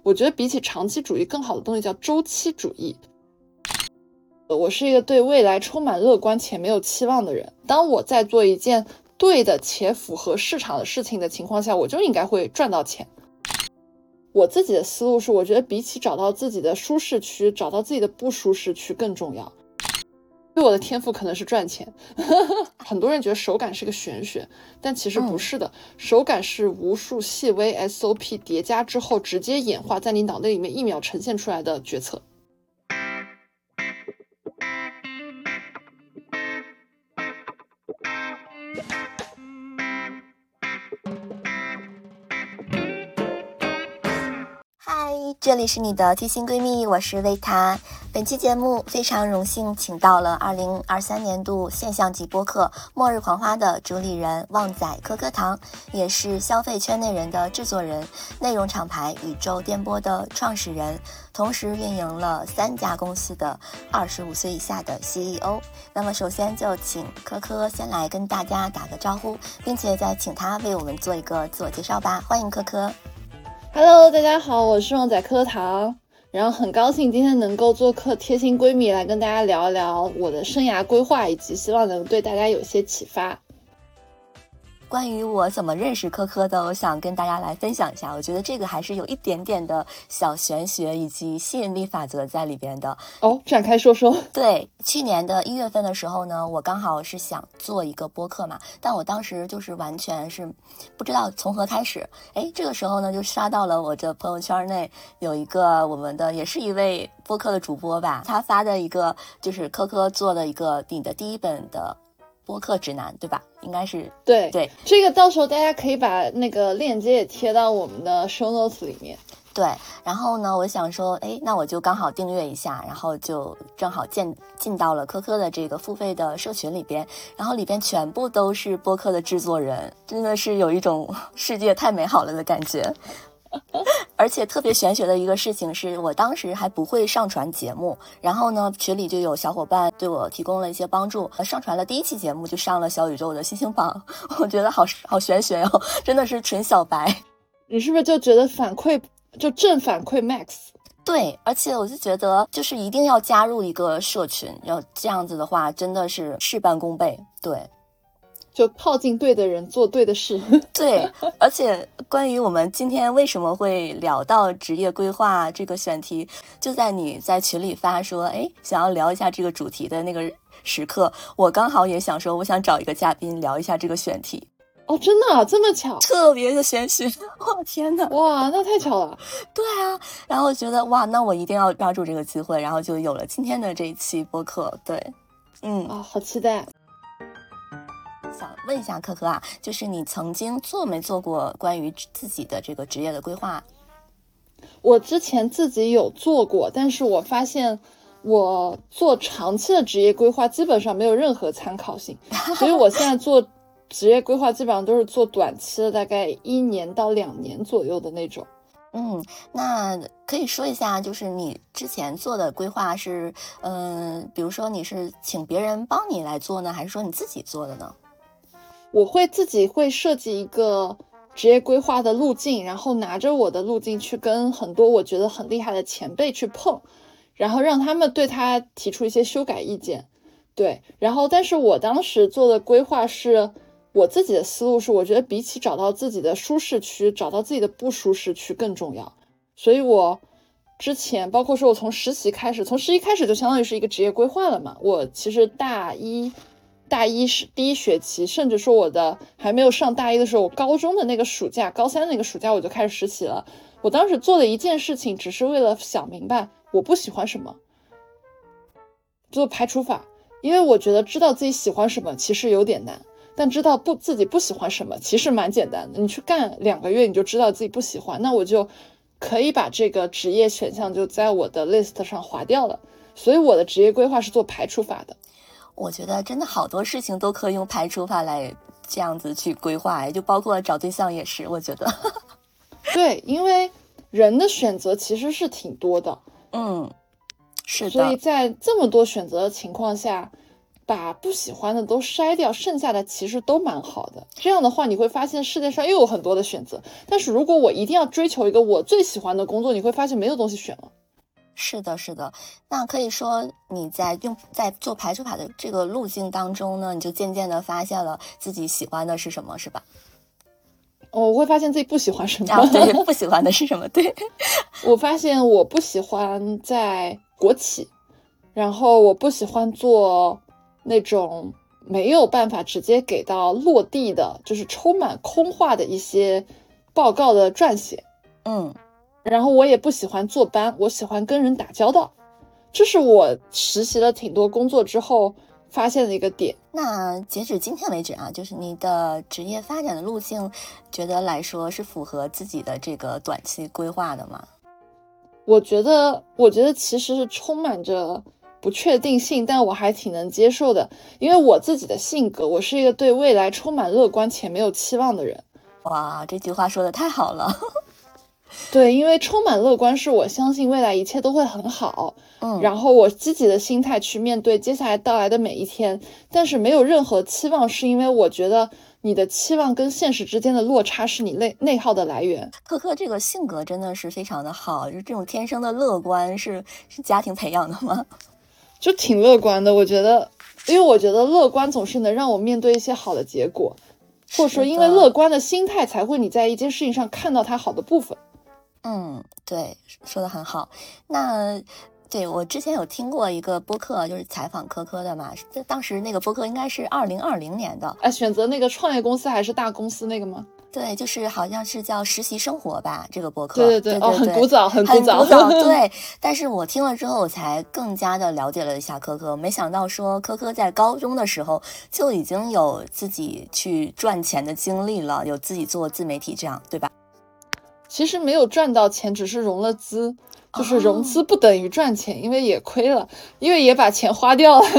我觉得比起长期主义更好的东西叫周期主义。我是一个对未来充满乐观且没有期望的人，当我在做一件对的且符合市场的事情的情况下，我就应该会赚到钱。我自己的思路是，我觉得比起找到自己的舒适区，找到自己的不舒适区更重要。对，我的天赋可能是赚钱很多人觉得手感是个玄学，但其实不是的，手感是无数细微 SOP 叠加之后直接演化在你脑袋里面1秒呈现出来的决策。 嗨，这里是你的贴心闺蜜，我是维塔。本期节目非常荣幸请到了2023年度现象级播客《末日狂花》的主理人旺仔颗颗糖，也是消费圈内人的制作人，内容厂牌宇宙电波的创始人，同时运营了3家公司的25岁以下的 CEO。那么首先就请颗颗先来跟大家打个招呼，并且再请他为我们做一个自我介绍吧。欢迎颗颗。 Hello， 大家好，我是旺仔颗糖，然后很高兴今天能够做客贴心闺蜜，来跟大家聊一聊我的生涯规划，以及希望能对大家有些启发。 关于我怎么认识颗颗的，我想跟大家来分享一下。我觉得这个还是有一点点的小玄学以及吸引力法则在里边的。 哦，展开说说。 对，去年的1月份的时候呢，我刚好是想做一个播客嘛，但我当时就是完全是不知道从何开始。这个时候呢，就刷到了我的朋友圈内有一个我们的也是一位播客的主播吧，他发的一个就是颗颗做的一个你的第一本的播客指南，对吧？应该是对， 这个到时候大家可以把那个链接也贴到我们的 show notes 里面。 对，然后呢，我想说，那我就刚好订阅一下，然后就正好进到了颗颗的这个付费的社群里边，然后里边全部都是播客的制作人，真的是有一种世界太美好了的感觉。而且特别玄学的一个事情是，我当时还不会上传节目，然后呢，群里就有小伙伴对我提供了一些帮助，上传了第1期节目就上了小宇宙的新星榜，我觉得好玄学哦，真的是纯小白。 你是不是就觉得正反馈 max？ 对，而且我就觉得就是一定要加入一个社群，要这样子的话真的是事半功倍。对， 就靠近对的人做对的事。 对，而且关于我们今天为什么会聊到职业规划这个选题，就在你在群里发说想要聊一下这个主题的那个时刻，我刚好也想说我想找一个嘉宾聊一下这个选题。 哦，真的啊，这么巧？ 特别的玄学，哇天哪， 哇，那太巧了。 对啊，然后觉得哇，那我一定要抓住这个机会，然后就有了今天的这一期播客。对， 好期待。 想问一下颗颗啊，就是你曾经做没做过关于自己的这个职业的规划？ 我之前自己有做过，但是我发现我做长期的职业规划基本上没有任何参考性，所以我现在做职业规划基本上都是做短期的，大概1年到2年左右的那种。 那可以说一下，就是你之前做的规划是，比如说你是请别人帮你来做呢，还是说你自己做的呢？ 我自己会设计一个职业规划的路径，然后拿着我的路径去跟很多我觉得很厉害的前辈去碰，然后让他们对他提出一些修改意见。对，然后但是我当时做的规划是，我自己的思路是，我觉得比起找到自己的舒适区，找到自己的不舒适区更重要。所以我之前包括说我从实习开始就相当于是一个职业规划了嘛。我其实大一是第1学期，甚至说我的还没有上大一的时候，我高中的那个暑假，高3那个暑假我就开始实习了。我当时做的一件事情，只是为了想明白我不喜欢什么，做排除法。因为我觉得知道自己喜欢什么其实有点难，但知道自己不喜欢什么其实蛮简单的。你去干2个月你就知道自己不喜欢，那我就可以把这个职业选项就在我的 list 上划掉了。所以我的职业规划是做排除法的。 我觉得真的好多事情都可以用排除法来这样子去规划，就包括找对象也是，我觉得。 对，因为人的选择其实是挺多的。 是的。 所以在这么多选择的情况下， 把不喜欢的都筛掉，剩下的其实都蛮好的。这样的话你会发现世界上又有很多的选择，但是如果我一定要追求一个我最喜欢的工作，你会发现没有东西选了。 是的，是的。那可以说你在做排除法的这个路径当中呢，你就渐渐的发现了自己喜欢的是什么，是吧？ 我会发现自己不喜欢什么。 对，不喜欢的是什么？对， 我发现我不喜欢在国企，然后我不喜欢做那种没有办法直接给到落地的，就是充满空话的一些报告的撰写。然后我也不喜欢坐班，我喜欢跟人打交道，这是我实习了挺多工作之后发现的一个点。 那截止今天为止啊，就是你的职业发展的路径，觉得来说是符合自己的这个短期规划的吗？ 我觉得其实是充满着不确定性，但我还挺能接受的，因为我自己的性格，我是一个对未来充满乐观且没有期望的人。 哇，这句话说的太好了。 对，因为充满乐观是我相信未来一切都会很好，然后我积极的心态去面对接下来到来的每一天，但是没有任何期望，是因为我觉得你的期望跟现实之间的落差是你内耗的来源。 科科这个性格真的是非常的好，就是这种天生的乐观是家庭培养的吗？ 就挺乐观的，我觉得，因为我觉得乐观总是能让我面对一些好的结果，或者说因为乐观的心态才会你在一件事情上看到它好的部分。 对，说的很好。那对，我之前有听过一个播客，就是采访科科的嘛，当时那个播客应该是2020年的。 选择那个创业公司还是大公司那个吗？ 对，就是好像是叫实习生活吧，这个播客。 对，很古早，很古早。 对，但是我听了之后，我才更加的了解了一下科科。没想到说科科在高中的时候就已经有自己去赚钱的经历了，有自己做自媒体这样，对吧？ 其实没有赚到钱，只是融了资，就是融资不等于赚钱，因为也亏了，因为也把钱花掉了。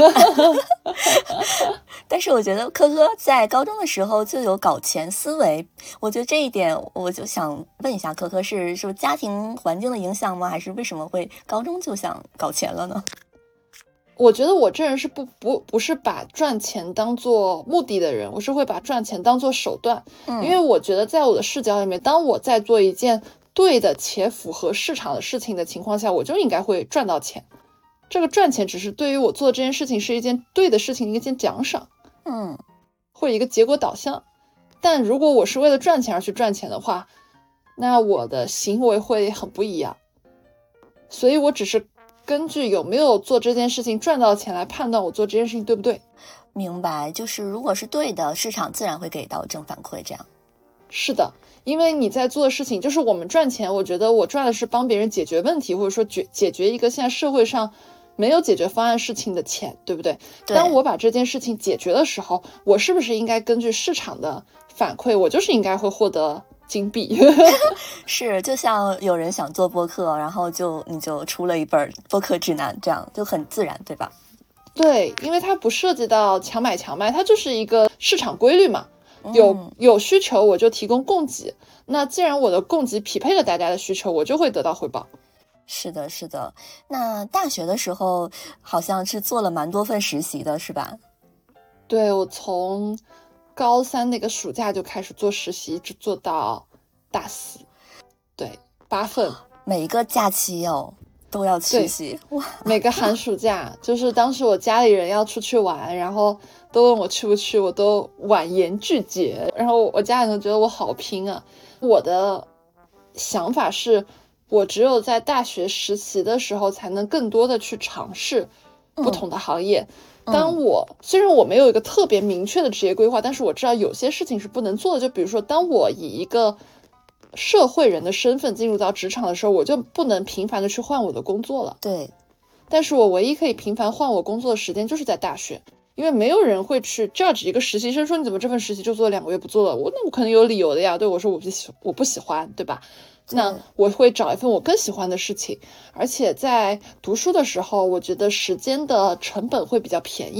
但是我觉得科科在高中的时候就有搞钱思维，我觉得这一点我就想问一下科科，是不是家庭环境的影响吗？还是为什么会高中就想搞钱了呢？ 我觉得我这人是不是把赚钱当做目的的人，我是会把赚钱当做手段。因为我觉得在我的视角里面，当我在做一件对的且符合市场的事情的情况下，我就应该会赚到钱。这个赚钱只是对于我做这件事情是一件对的事情的一件奖赏，或者一个结果导向。但如果我是为了赚钱而去赚钱的话，那我的行为会很不一样。所以我只是根据有没有做这件事情赚到钱来判断我做这件事情对不对。 明白，就是如果是对的，市场自然会给到正反馈，这样。 是的，因为你在做的事情，就是我们赚钱，我觉得我赚的是帮别人解决问题，或者说解决一个现在社会上没有解决方案事情的钱，对不对？当我把这件事情解决的时候，我是不是应该根据市场的反馈，我就是应该会获得金币。 是，就像有人想做播客，然后你就出了一本播客指南，这样就很自然，对吧？ 对，因为它不涉及到强买强卖，它就是一个市场规律嘛。有需求我就提供供给，那既然我的供给匹配了大家的需求，我就会得到回报。 是的，是的。那大学的时候好像是做了蛮多份实习的，是吧？ 对，我从高3那个暑假就开始做实习，一直做到大4，对，8份， 每一个假期都要实习。哇， 每个寒暑假，就是当时我家里人要出去玩，然后都问我去不去，我都婉言拒绝。然后我家里人觉得我好拼啊。我的想法是，我只有在大学实习的时候，才能更多的去尝试不同的行业。虽然我没有一个特别明确的职业规划，但是我知道有些事情是不能做的。就比如说，当我以一个社会人的身份进入到职场的时候，我就不能频繁的去换我的工作了。 对， 但是我唯一可以频繁换我工作的时间就是在大学，因为没有人会去 judge 一个实习生说你怎么这份实习就做了2个月不做了，那我可能有理由的呀。对我说我不喜欢，对吧？那我会找一份我更喜欢的事情，而且在读书的时候，我觉得时间的成本会比较便宜。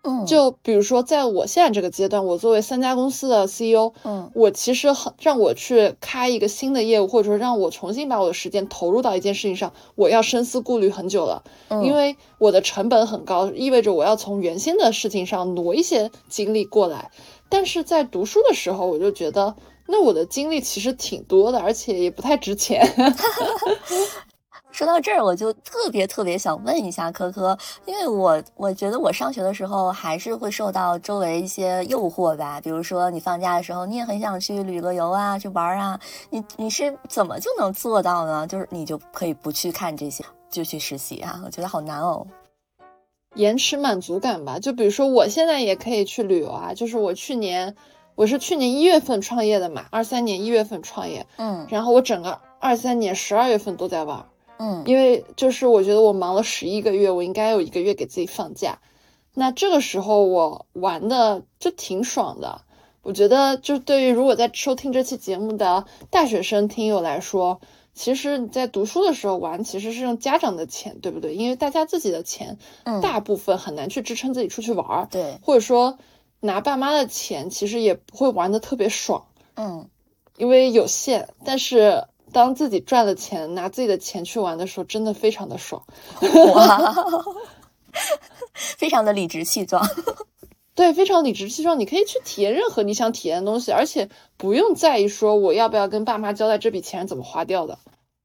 就比如说在我现在这个阶段，我作为3家公司的 CEO，我其实让我去开一个新的业务，或者说让我重新把我的时间投入到一件事情上，我要深思顾虑很久了，因为我的成本很高，意味着我要从原先的事情上挪一些精力过来。但是在读书的时候，我就觉得那我的精力其实挺多的，而且也不太值钱。 说到这儿，我就特别想问一下科科，因为我觉得我上学的时候还是会受到周围一些诱惑吧，比如说你放假的时候，你也很想去旅个游啊，去玩啊，你是怎么就能做到呢？就是你就可以不去看这些，就去实习啊？我觉得好难哦。 延迟满足感吧，就比如说我现在也可以去旅游啊，就是我是去年1月份创业的嘛，23年1月份创业，然后我整个23年12月份都在玩。因为就是我觉得我忙了11个月，我应该有1个月给自己放假。那这个时候我玩的就挺爽的。我觉得就对于如果在收听这期节目的大学生听友来说，其实你在读书的时候玩其实是用家长的钱，对不对？因为大家自己的钱大部分很难去支撑自己出去玩， 对， 或者说拿爸妈的钱其实也不会玩的特别爽，因为有限。但是当自己赚了钱，拿自己的钱去玩的时候，真的非常的爽。 哇，非常的理直气壮。 对，非常理直气壮，你可以去体验任何你想体验的东西，而且不用在意说我要不要跟爸妈交代这笔钱是怎么花掉的。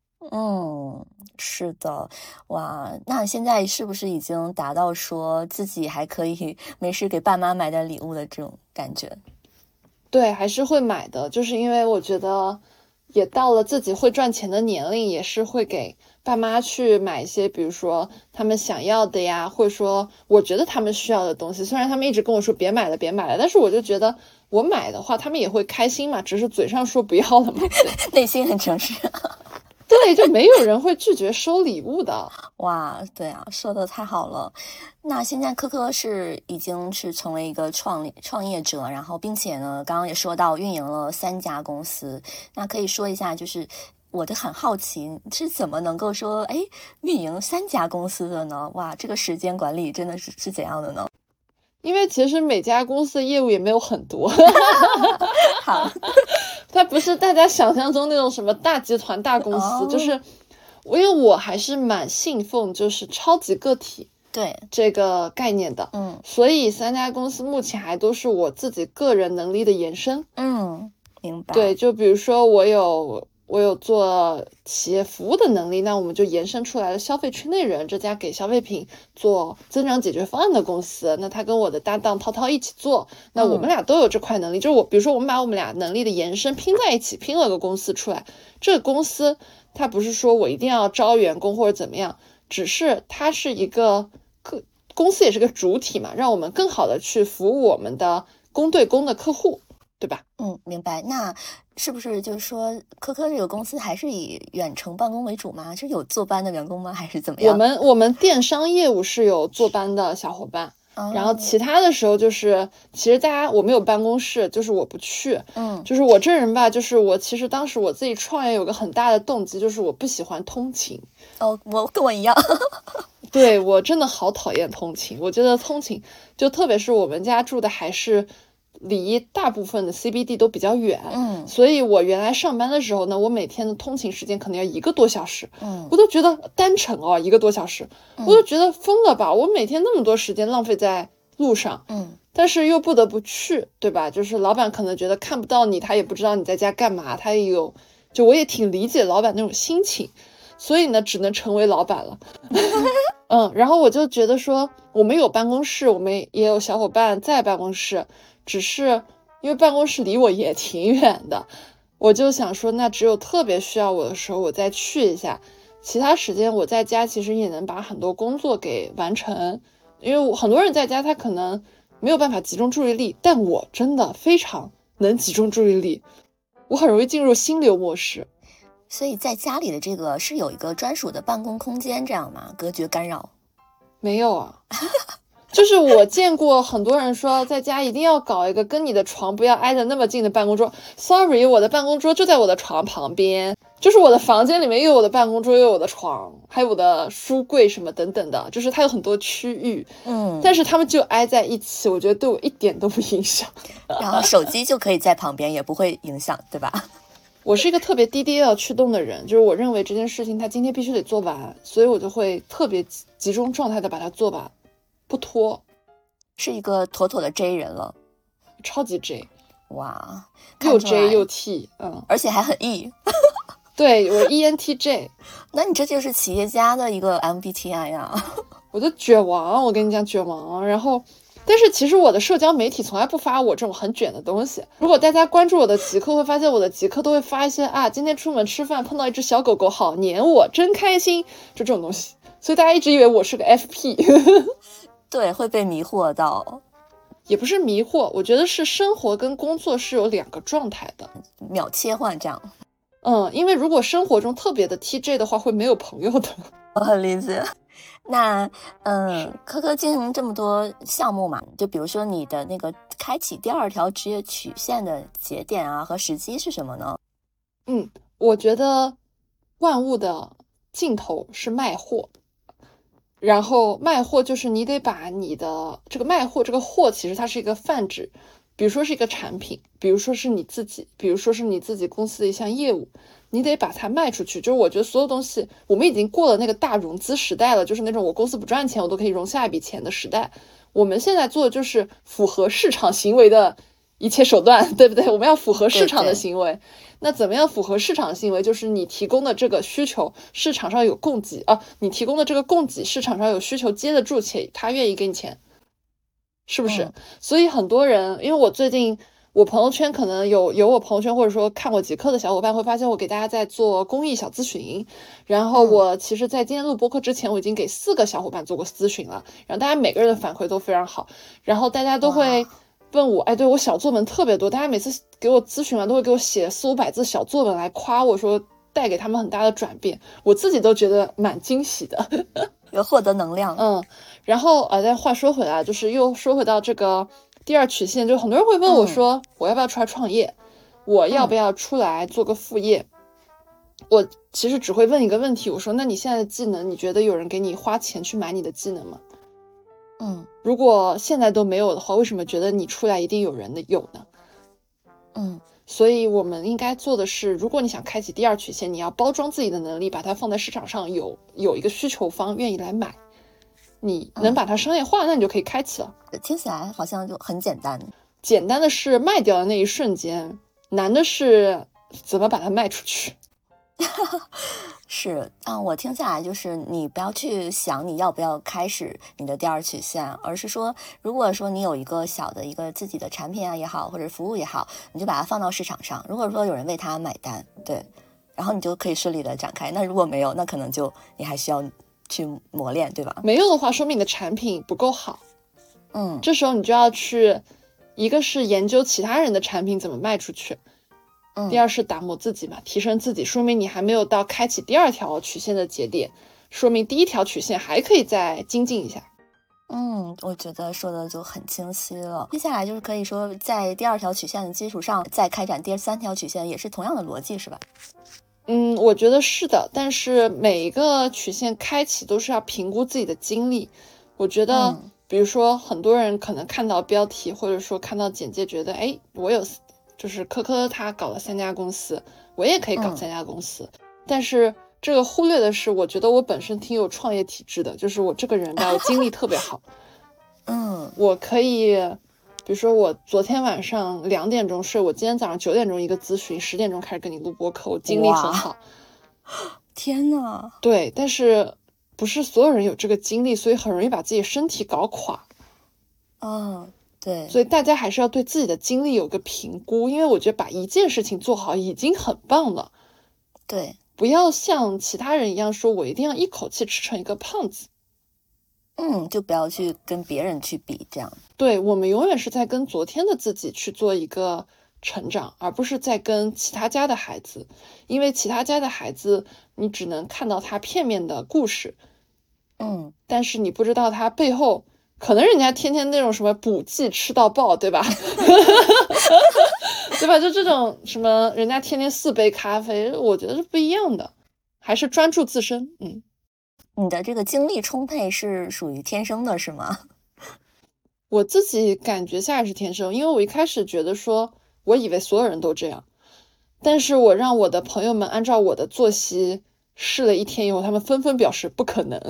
是的，哇，那现在是不是已经达到说自己还可以没事给爸妈买点礼物的这种感觉？ 对，还是会买的，就是因为我觉得也到了自己会赚钱的年龄，也是会给爸妈去买一些，比如说他们想要的呀，或者说我觉得他们需要的东西。虽然他们一直跟我说别买了，别买了，但是我就觉得我买的话，他们也会开心嘛，只是嘴上说不要了嘛， 内心很诚实。 对，就没有人会拒绝收礼物的。 哇，对啊，说的太好了。那现在科科已经是成为一个创业者，然后并且呢，刚刚也说到运营了3家公司。那可以说一下，就是我很好奇是怎么能够说运营3家公司的呢？哇，这个时间管理真的是怎样的呢？ 因为其实每家公司的业务也没有很多。 好， 它不是大家想象中那种什么大集团大公司，就是因为我还是蛮信奉就是超级个体对这个概念的，所以3家公司目前还都是我自己个人能力的延伸。 明白。 对，就比如说我有做企业服务的能力，那我们就延伸出来了消费区内人这家给消费品做增长解决方案的公司。那他跟我的搭档涛涛一起做，那我们俩都有这块能力，就是比如说我们把我们俩能力的延伸拼在一起，拼了个公司出来。这个公司它不是说我一定要招员工或者怎么样，只是它是一个公司也是个主体嘛，让我们更好的去服务我们的公对公的客户，对吧？ 明白。那是不是就是说科科这个公司还是以远程办公为主吗？是有坐班的员工吗？还是怎么样？ 我们电商业务是有坐班的小伙伴，然后其他的时候就是其实我们有办公室，就是我不去。就是我这人吧，就是我其实当时我自己创业有个很大的动机，就是我不喜欢通勤。 我跟我一样。 对，我真的好讨厌通勤，我觉得通勤就特别是我们家住的还是离大部分的 CBD 都比较远，所以我原来上班的时候呢，我每天的通勤时间可能要1个多小时，我都觉得单程1个多小时，我都觉得疯了吧，我每天那么多时间浪费在路上，但是又不得不去，对吧？就是老板可能觉得看不到你，他也不知道你在家干嘛，他也有，就我也挺理解老板那种心情，所以呢，只能成为老板了。然后我就觉得说，我们有办公室，我们也有小伙伴在办公室，只是因为办公室离我也挺远的，我就想说，那只有特别需要我的时候，我再去一下，其他时间我在家其实也能把很多工作给完成。因为很多人在家他可能没有办法集中注意力，但我真的非常能集中注意力，我很容易进入心流模式。 所以在家里的这个是有一个专属的办公空间，这样吗？隔绝干扰？ 没有啊。就是我见过很多人说在家一定要搞一个跟你的床不要挨着那么近的办公桌， Sorry， 我的办公桌就在我的床旁边， 就是我的房间里面又有我的办公桌，又有我的床，还有我的书柜什么等等的，就是它有很多区域，但是它们就挨在一起，我觉得对我一点都不影响。 然后手机就可以在旁边，也不会影响，对吧？ 我是一个特别DDL驱动的人，就是我认为这件事情它今天必须得做完，所以我就会特别集中状态的把它做完，不拖。 是一个妥妥的 J 人了， 超级 J， 哇， 又 J 又 T， 而且还很 E。 对，我 ENTJ。 那你这就是企业家的一个 MBTI 呀。 我就卷王，我跟你讲卷王。然后但是其实我的社交媒体从来不发我这种很卷的东西。如果大家关注我的极客，会发现我的极客都会发一些今天出门吃饭碰到一只小狗狗，好黏我，真开心，就这种东西。所以大家一直以为我是个 FP。 对，会被迷惑到。 也不是迷惑，我觉得是生活跟工作是有两个状态的， 秒切换这样。 因为如果生活中特别的 TJ 的话，会没有朋友的。 我很理解。那科科经营这么多项目嘛，就比如说你的那个开启第二条职业曲线的节点啊和时机是什么呢？ 我觉得万物的尽头是卖货，然后卖货就是你得把你的这个卖货，这个货其实它是一个泛指，比如说是一个产品，比如说是你自己，比如说是你自己公司的一项业务，你得把它卖出去。就是我觉得所有东西我们已经过了那个大融资时代了，就是那种我公司不赚钱我都可以融下一笔钱的时代。我们现在做的就是符合市场行为的一切手段，对不对？我们要符合市场的行为。那怎么样符合市场行为？就是你提供的这个需求市场上有供给你提供的这个供给市场上有需求接得住，且他愿意给你钱，是不是？所以很多人，因为我最近我朋友圈可能有我朋友圈或者说看我极客的小伙伴会发现我给大家在做公益小咨询，然后我其实在今天录播客之前我已经给4个小伙伴做过咨询了，然后大家每个人的反馈都非常好，然后大家都会问我，对，我小作文特别多，大家每次给我咨询完都会给我写400-500字小作文来夸我，说带给他们很大的转变，我自己都觉得蛮惊喜的。 有获得能量。 然后但话说回来，就是又说回到这个第二曲线，就很多人会问我说，我要不要出来创业，我要不要出来做个副业。我其实只会问一个问题，我说那你现在的技能，你觉得有人给你花钱去买你的技能吗？如果现在都没有的话，为什么觉得你出来一定有人有呢？所以我们应该做的是，如果你想开启第二曲线，你要包装自己的能力，把它放在市场上，有一个需求方愿意来买，你能把它商业化，那你就可以开启了。 听起来好像就很简单。 简单的是卖掉的那一瞬间，难的是怎么把它卖出去。 是我听下来就是你不要去想你要不要开始你的第二曲线，而是说如果说你有一个小的一个自己的产品也好，或者服务也好，你就把它放到市场上，如果说有人为它买单，对，然后你就可以顺利的展开。那如果没有，那可能就你还需要去磨练，对吧？ 没有的话说明你的产品不够好。这时候你就要去，一个是研究其他人的产品怎么卖出去，第二是打磨自己嘛，提升自己，说明你还没有到开启第二条曲线的节点，说明第一条曲线还可以再精进一下。 我觉得说的就很清晰了。接下来就是可以说在第二条曲线的基础上再开展第三条曲线，也是同样的逻辑是吧？ 我觉得是的，但是每一个曲线开启都是要评估自己的经历。我觉得比如说很多人可能看到标题或者说看到简介觉得我有就是科科他搞了3家公司，我也可以搞3家公司，但是这个忽略的是，我觉得我本身挺有创业体质的，就是我这个人吧，我精力特别好。我可以比如说我昨天晚上2点钟睡，我今天早上9点钟一个咨询，10点钟开始跟你录播客，我精力很好。 天哪！ 对，但是不是所有人有这个精力，所以很容易把自己身体搞垮。 对， 所以大家还是要对自己的精力有个评估，因为我觉得把一件事情做好已经很棒了。 对， 不要像其他人一样说我一定要一口气吃成一个胖子。 就不要去跟别人去比，这样。 对，我们永远是在跟昨天的自己去做一个成长，而不是在跟其他家的孩子，因为其他家的孩子你只能看到他片面的故事，但是你不知道他背后可能人家天天那种什么补剂吃到爆，对吧？对吧？就这种什么人家天天4杯咖啡，我觉得是不一样的，还是专注自身。 你的这个精力充沛是属于天生的是吗？ 我自己感觉下来是天生，因为我一开始觉得说，我以为所有人都这样，但是我让我的朋友们按照我的作息试了1天以后，他们纷纷表示不可能。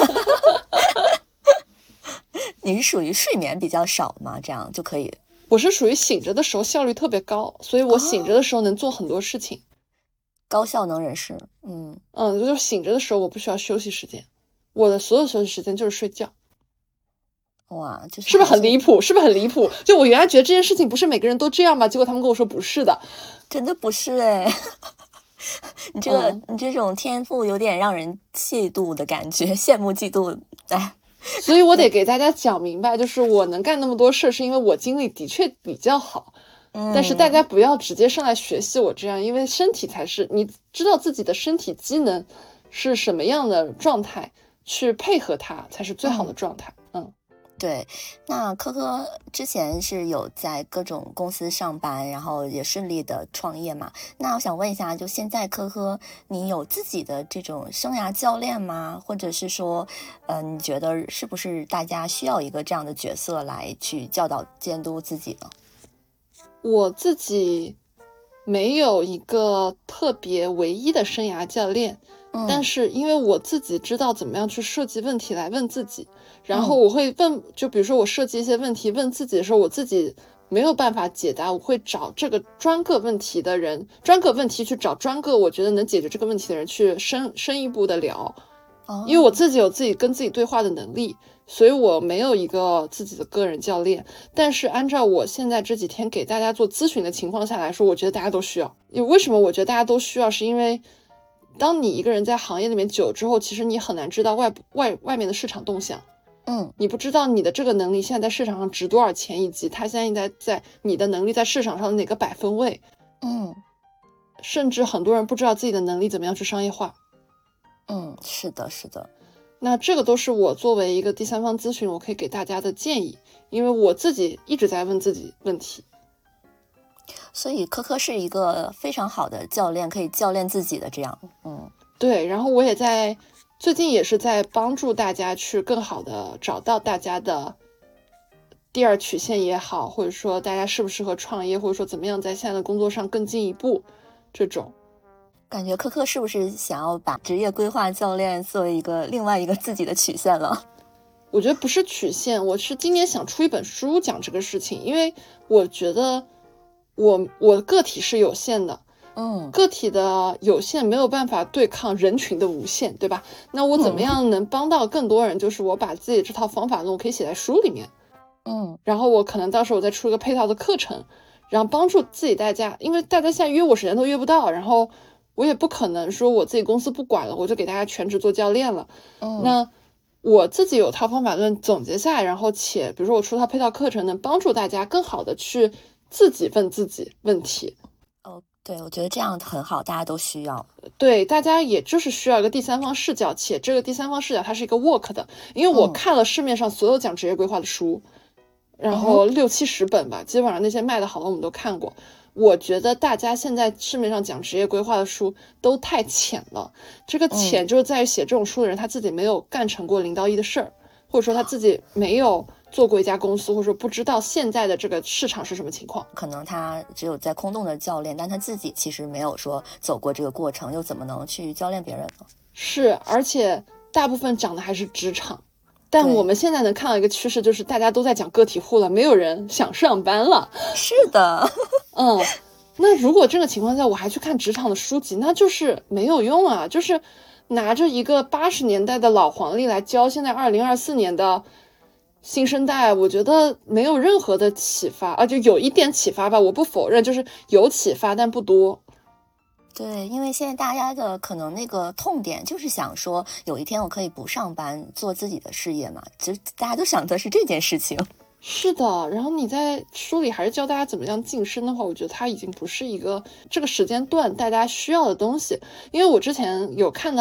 你是属于睡眠比较少吗？这样就可以？ 我是属于醒着的时候效率特别高，所以我醒着的时候能做很多事情。 高效能人士。 就是醒着的时候我不需要休息时间，我的所有休息时间就是睡觉。 哇，就是是不是很离谱？是不是很离谱？就我原来觉得这件事情不是每个人都这样吗？结果他们跟我说不是的， 真的不是你这种天赋有点让人嫉妒的感觉，羡慕嫉妒。 所以我得给大家讲明白，就是我能干那么多事是因为我精力的确比较好。但是大家不要直接上来学习我这样，因为身体才是你知道自己的身体机能是什么样的状态，去配合它才是最好的状态。 对，那科科之前是有在各种公司上班，然后也顺利的创业嘛。那我想问一下，就现在科科，你有自己的这种生涯教练吗？或者是说，你觉得是不是大家需要一个这样的角色来去教导监督自己呢？ 我自己没有一个特别唯一的生涯教练。但是因为我自己知道怎么样去设计问题来问自己，然后我会问，就比如说我设计一些问题问自己的时候，我自己没有办法解答，我会找这个专个问题的人，专个问题去找专个我觉得能解决这个问题的人去深一步的聊。因为我自己有自己跟自己对话的能力，所以我没有一个自己的个人教练。但是按照我现在这几天给大家做咨询的情况下来说，我觉得大家都需要。为什么我觉得大家都需要，是因为当你一个人在行业里面久之后，其实你很难知道外面的市场动向。你不知道你的这个能力现在在市场上值多少钱，以及它现在你的能力在市场上的哪个百分位。甚至很多人不知道自己的能力怎么样去商业化。 是的，是的。 那这个都是我作为一个第三方咨询，我可以给大家的建议，因为我自己一直在问自己问题。 所以科科是一个非常好的教练，可以教练自己的这样。 对，然后我也最近也是在帮助大家去更好的找到大家的第二曲线也好，或者说大家适不适合创业，或者说怎么样在现在的工作上更进一步，这种感觉科科是不是想要把职业规划教练作为另外一个自己的曲线了？ 我觉得不是曲线，我是今年想出一本书讲这个事情，因为我觉得我个体是有限的，个体的有限没有办法对抗人群的无限，对吧？那我怎么样能帮到更多人？就是我把自己这套方法论我可以写在书里面，然后我可能到时候我再出一个配套的课程，然后帮助自己大家，因为大家现在约我时间都约不到，然后我也不可能说我自己公司不管了，我就给大家全职做教练了。那我自己有套方法论总结下来，然后且比如说我出套配套课程，能帮助大家更好的去自己问自己问题。 对，我觉得这样很好，大家都需要。 对，大家也就是需要一个第三方视角，且这个第三方视角它是一个 work 的，因为我看了市面上所有讲职业规划的书，然后60-70本吧，基本上那些卖的好的我们都看过。我觉得大家现在市面上讲职业规划的书都太浅了，这个浅就是在于写这种书的人他自己没有干成过0到1的事儿，或者说他自己没有做过一家公司，或者说不知道现在的这个市场是什么情况。 可能他只有在空洞的教练，但他自己其实没有说走过这个过程，又怎么能去教练别人呢？ 是，而且大部分讲的还是职场。但我们现在能看到一个趋势，就是大家都在讲个体户了，没有人想上班了。 是的。 那如果这个情况下我还去看职场的书籍，那就是没有用啊，就是拿着一个80年代的老黄历来教现在2024年的新生代，我觉得没有任何的启发，就有一点启发吧，我不否认，就是有启发但不多。 对，因为现在大家的可能那个痛点就是想说有一天我可以不上班做自己的事业嘛，就大家都想的是这件事情。 是的，然后你在书里还是教大家怎么样晋升的话，我觉得它已经不是一个这个时间段大家需要的东西。因为我之前有看到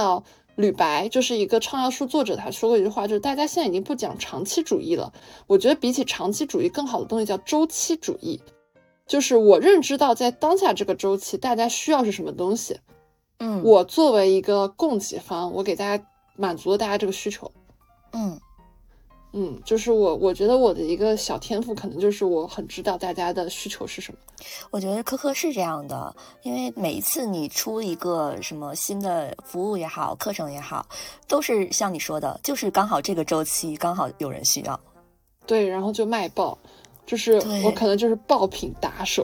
吕白就是一个畅销书作者，他说过一句话，就是大家现在已经不讲长期主义了，我觉得比起长期主义更好的东西叫周期主义，就是我认知到在当下这个周期大家需要是什么东西，我作为一个供给方，我给大家满足了大家这个需求。就是我觉得我的一个小天赋可能就是我很知道大家的需求是什么。 我觉得科科是这样的，因为每一次你出一个什么新的服务也好，课程也好，都是像你说的，就是刚好这个周期刚好有人需要。 对，然后就卖爆，就是我可能就是爆品打手。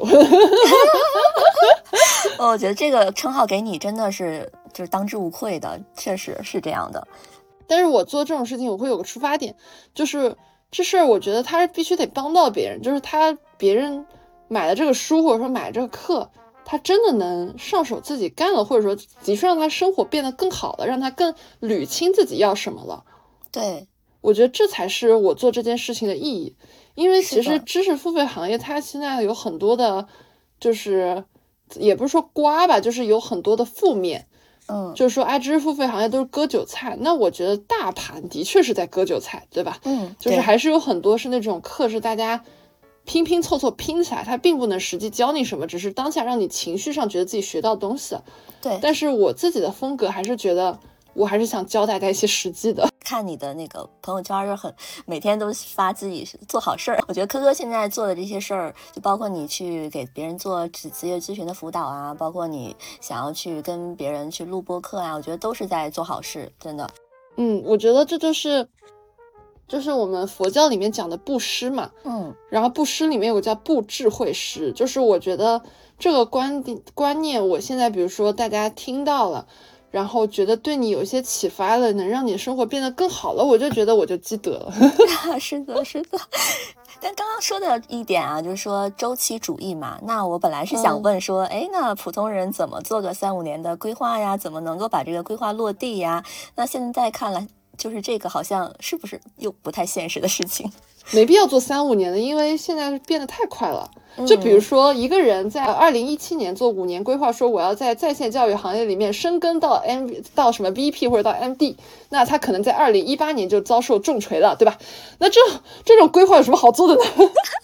我觉得这个称号给你真的是就是当之无愧的，确实是这样的。 但是我做这种事情我会有个出发点，就是这事儿我觉得他是必须得帮到别人，就是别人买了这个书或者说买了这个课，他真的能上手自己干了，或者说的确让他生活变得更好了，让他更捋清自己要什么了。 对， 我觉得这才是我做这件事情的意义。因为其实知识付费行业它现在有很多的，就是也不是说瓜吧，就是有很多的负面。就是说知识付费行业都是割韭菜，那我觉得大盘的确是在割韭菜，对吧？就是还是有很多是那种课是大家拼拼凑凑拼起来，它并不能实际教你什么，只是当下让你情绪上觉得自己学到东西。 对， 但是我自己的风格还是觉得我还是想教大家一些实际的。 看你的那个朋友圈就每天都发自己做好事儿。我觉得科科现在做的这些事儿，就包括你去给别人做职业咨询的辅导啊，包括你想要去跟别人去录播课啊，我觉得都是在做好事，真的。 我觉得这就是我们佛教里面讲的布施嘛。然后布施里面有个叫布智慧施，就是我觉得这个观念，我现在比如说大家听到了，然后觉得对你有一些启发了，能让你生活变得更好了，我就觉得我就积德了。 是的。但刚刚说的一点啊，就是说周期主义嘛，那我本来是想问说，那普通人怎么做个3-5年的规划呀？怎么能够把这个规划落地呀？那现在看来，就是这个好像是不是又不太现实的事情？ 没必要做3-5年的，因为现在变得太快了。就比如说一个人在2017年做5年规划，说我要在在线教育行业里面深耕到什么 VP 或者到 MD， 那他可能在2018年就遭受重锤了，对吧？那这种规划有什么好做的呢？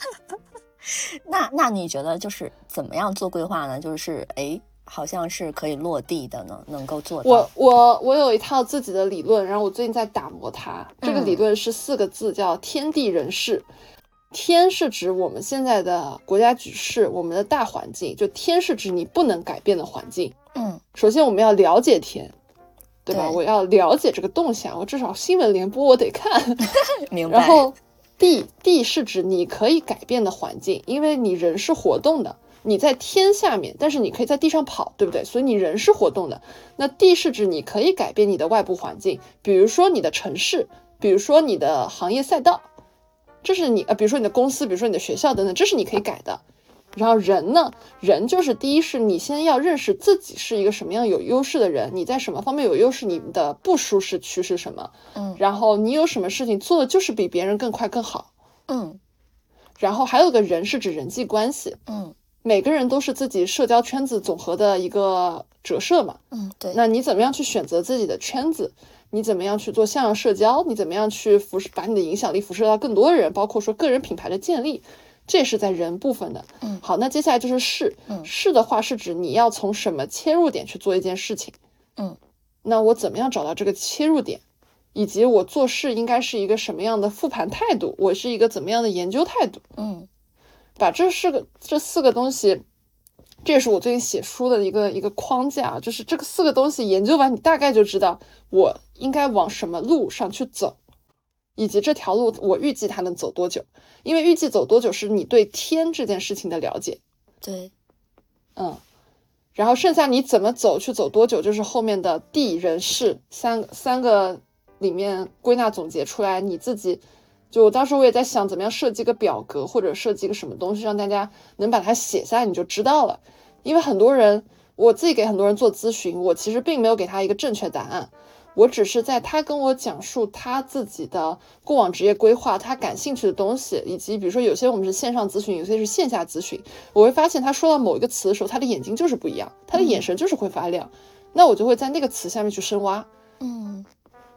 那你觉得就是怎么样做规划呢？就是好像是可以落地的呢，能够做到。 我有一套自己的理论，然后我最近在打磨它。这个理论是4个字，叫天地人事。天是指我们现在的国家局势，我们的大环境，就天是指你不能改变的环境。首先我们要了解天，对吧？我要了解这个动向，我至少新闻联播我得看。 明白。 然后地是指你可以改变的环境，因为你人是活动的，你在天下面，但是你可以在地上跑，对不对？所以你人是活动的。那地是指你可以改变你的外部环境，比如说你的城市，比如说你的行业赛道，这是你比如说你的公司，比如说你的学校等等，这是你可以改的。然后人呢，人就是第一是你先要认识自己是一个什么样有优势的人，你在什么方面有优势，你的不舒适区是什么，然后你有什么事情做的就是比别人更快更好。然后还有个人是指人际关系，每个人都是自己社交圈子总和的一个折射嘛， 对。 那你怎么样去选择自己的圈子？你怎么样去做向上社交？你怎么样去把你的影响力辐射到更多人？包括说个人品牌的建立，这也是在人部分的。好，那接下来就是事。事的话是指你要从什么切入点去做一件事情。那我怎么样找到这个切入点？以及我做事应该是一个什么样的复盘态度？我是一个怎么样的研究态度？把这4个东西，这也是我最近写书的一个框架，就是这个4个东西研究完，你大概就知道我应该往什么路上去走，以及这条路我预计它能走多久。因为预计走多久是你对天这件事情的了解。 对。 然后剩下你怎么走去走多久，就是后面的地人事三个里面归纳总结出来，你自己就我当时我也在想怎么样设计个表格或者设计个什么东西让大家能把它写下来，你就知道了。因为很多人，我自己给很多人做咨询，我其实并没有给他一个正确答案，我只是在他跟我讲述他自己的过往职业规划，他感兴趣的东西，以及比如说有些我们是线上咨询，有些是线下咨询，我会发现他说到某一个词的时候，他的眼睛就是不一样，他的眼神就是会发亮，那我就会在那个词下面去深挖。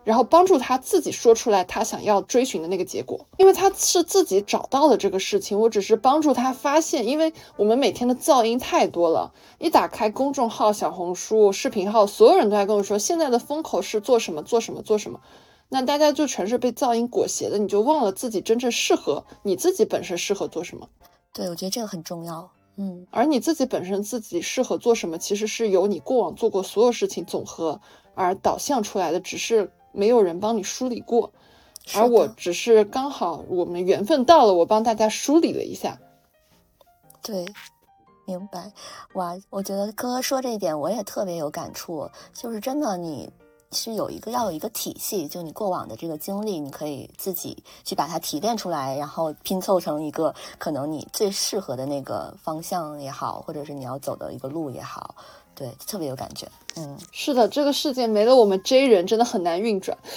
然后帮助他自己说出来他想要追寻的那个结果，因为他是自己找到了这个事情，我只是帮助他发现。因为我们每天的噪音太多了，一打开公众号、小红书、视频号，所有人都在跟我说现在的风口是做什么做什么做什么，那大家就全是被噪音裹挟的，你就忘了自己真正适合你自己本身适合做什么。 对，我觉得这个很重要。 而你自己本身自己适合做什么，其实是由你过往做过所有事情总和而导向出来的，只是没有人帮你梳理过，而我只是刚好我们缘分到了，我帮大家梳理了一下。 对，明白。哇，我觉得科科说这一点我也特别有感触，就是真的你是要有一个体系，就你过往的这个经历，你可以自己去把它提炼出来，然后拼凑成一个可能你最适合的那个方向也好，或者是你要走的一个路也好，对，特别有感觉。 是的，这个世界没了我们 J 人真的很难运转。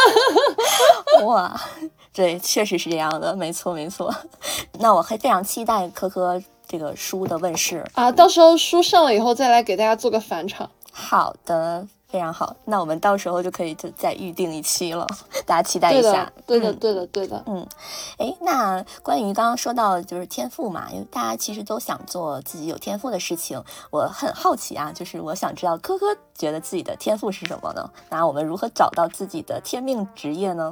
哇，对，确实是这样的，没错没错。那我还非常期待科科这个书的问世啊，到时候书上了以后再来给大家做个返场。 好的，非常好，那我们到时候就可以就再预定一期了，大家期待一下。 对的。 那关于刚刚说到就是天赋嘛，因为大家其实都想做自己有天赋的事情，我很好奇啊，就是我想知道科科觉得自己的天赋是什么呢？那我们如何找到自己的天命职业呢？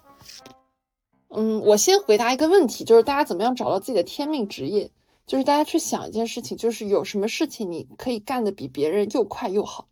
我先回答一个问题，就是大家怎么样找到自己的天命职业？就是大家去想一件事情，就是有什么事情你可以干得比别人又快又好。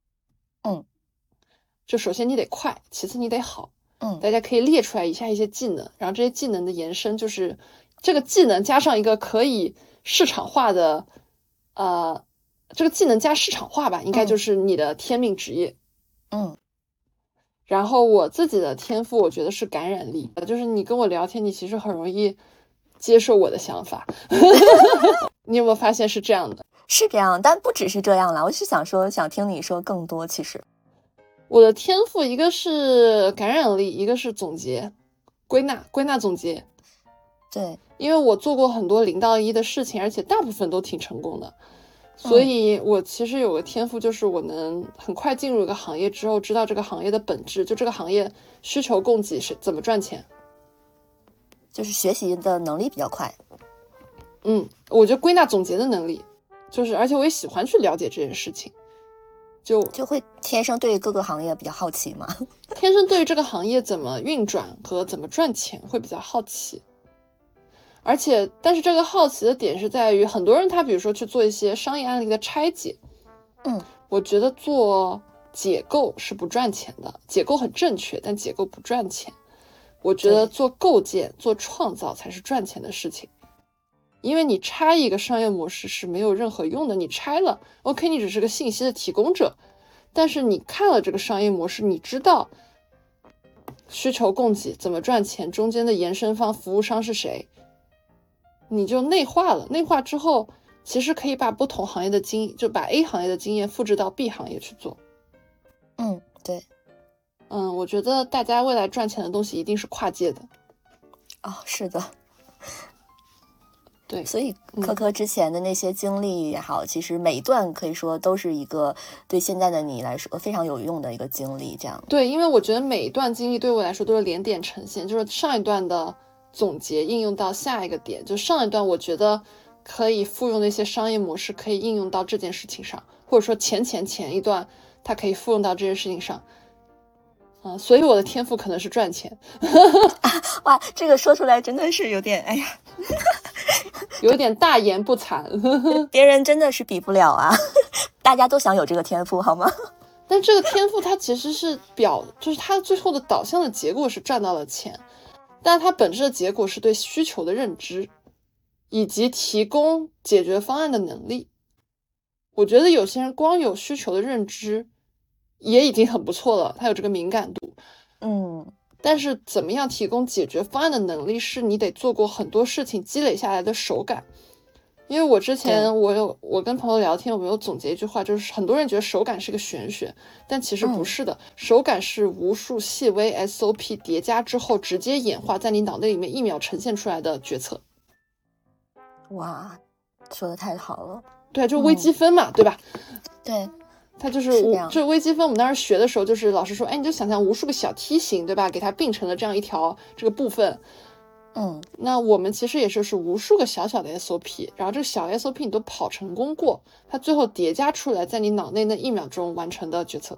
就首先你得快，其次你得好。大家可以列出来以下一些技能，然后这些技能的延伸就是这个技能加上一个可以市场化的，这个技能加市场化吧，应该就是你的天命职业。然后我自己的天赋，我觉得是感染力，就是你跟我聊天，你其实很容易接受我的想法。你有没有发现是这样的？ 是这样，但不只是这样啦。我是想听你说更多。其实我的天赋一个是感染力，一个是总结、归纳总结。 对， 因为我做过很多0到1的事情，而且大部分都挺成功的。所以我其实有个天赋，就是我能很快进入一个行业之后，知道这个行业的本质，就这个行业需求供给是怎么赚钱， 就是学习的能力比较快。 我觉得归纳总结的能力，就是而且我也喜欢去了解这件事情，就会天生对各个行业比较好奇嘛。 天生对于这个行业怎么运转和怎么赚钱会比较好奇。但是这个好奇的点是在于，很多人他比如说去做一些商业案例的拆解，我觉得做解构是不赚钱的，解构很正确，但解构不赚钱。我觉得做构建、做创造才是赚钱的事情，因为你拆一个商业模式是没有任何用的，你拆了 OK， 你只是个信息的提供者，但是你看了这个商业模式，你知道需求供给怎么赚钱，中间的延伸方服务商是谁，你就内化了。内化之后，其实可以把不同行业的就把 A 行业的经验复制到 B 行业去做。 对。 我觉得大家未来赚钱的东西一定是跨界的。 是的。 对， 所以科科之前的那些经历也好，其实每一段可以说都是一个对现在的你来说非常有用的一个经历。这样。 对，因为我觉得每一段经历对我来说都是连点呈现，就是上一段的总结应用到下一个点，就上一段我觉得可以复用的一些商业模式可以应用到这件事情上，或者说前一段它可以复用到这件事情上。所以我的天赋可能是赚钱。 哇，这个说出来真的是有点有点大言不惭。 别人真的是比不了啊。大家都想有这个天赋好吗？ 但这个天赋它其实是就是它最后的导向的结果是赚到了钱，但它本质的结果是对需求的认知以及提供解决方案的能力。我觉得有些人光有需求的认知也已经很不错了，他有这个敏感度。但是怎么样提供解决方案的能力，是你得做过很多事情积累下来的手感。因为我之前我跟朋友聊天，我们有总结一句话，就是很多人觉得手感是个玄学，但其实不是的。手感是无数细微 SOP 叠加之后直接演化在你脑袋里面1秒呈现出来的决策。 哇，说的太好了。 对，就微积分嘛，对吧？ 对。 它就是是这样这微积分我们当时学的时候，就是老师说，哎，你就想象无数个小梯形，对吧？给它并成了这样一条这个部分。那我们其实也是无数个小小的 SOP， 然后这个小 SOP 你都跑成功过，它最后叠加出来，在你脑内那1秒钟完成的决策。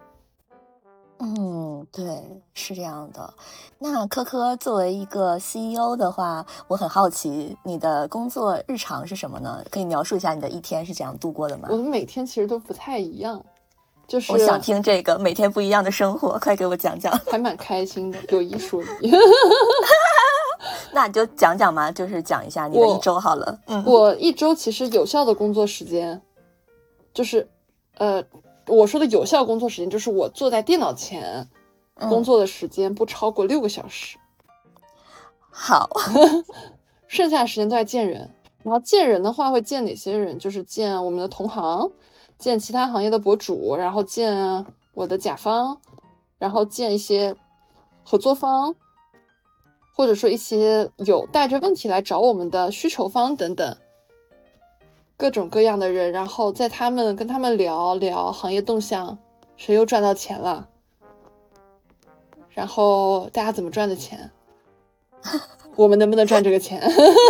对，是这样的。那科科作为一个 CEO 的话，我很好奇你的工作日常是什么呢？可以描述一下你的一天是这样度过的吗？ 我的每天其实都不太一样，就是我想听这个每天不一样的生活，快给我讲讲。 还蛮开心的，有一说一。 那你就讲讲嘛，就是讲一下你的一周好了。 我一周其实有效的工作时间，就是我说的有效工作时间，就是我坐在电脑前工作的时间不超过6个小时。 好。 剩下的时间都在见人。然后见人的话会见哪些人？就是见我们的同行，见其他行业的博主，然后见我的甲方，然后见一些合作方，或者说一些有带着问题来找我们的需求方等等，各种各样的人，然后跟他们聊聊行业动向，谁又赚到钱了，然后大家怎么赚的钱，我们能不能赚这个钱？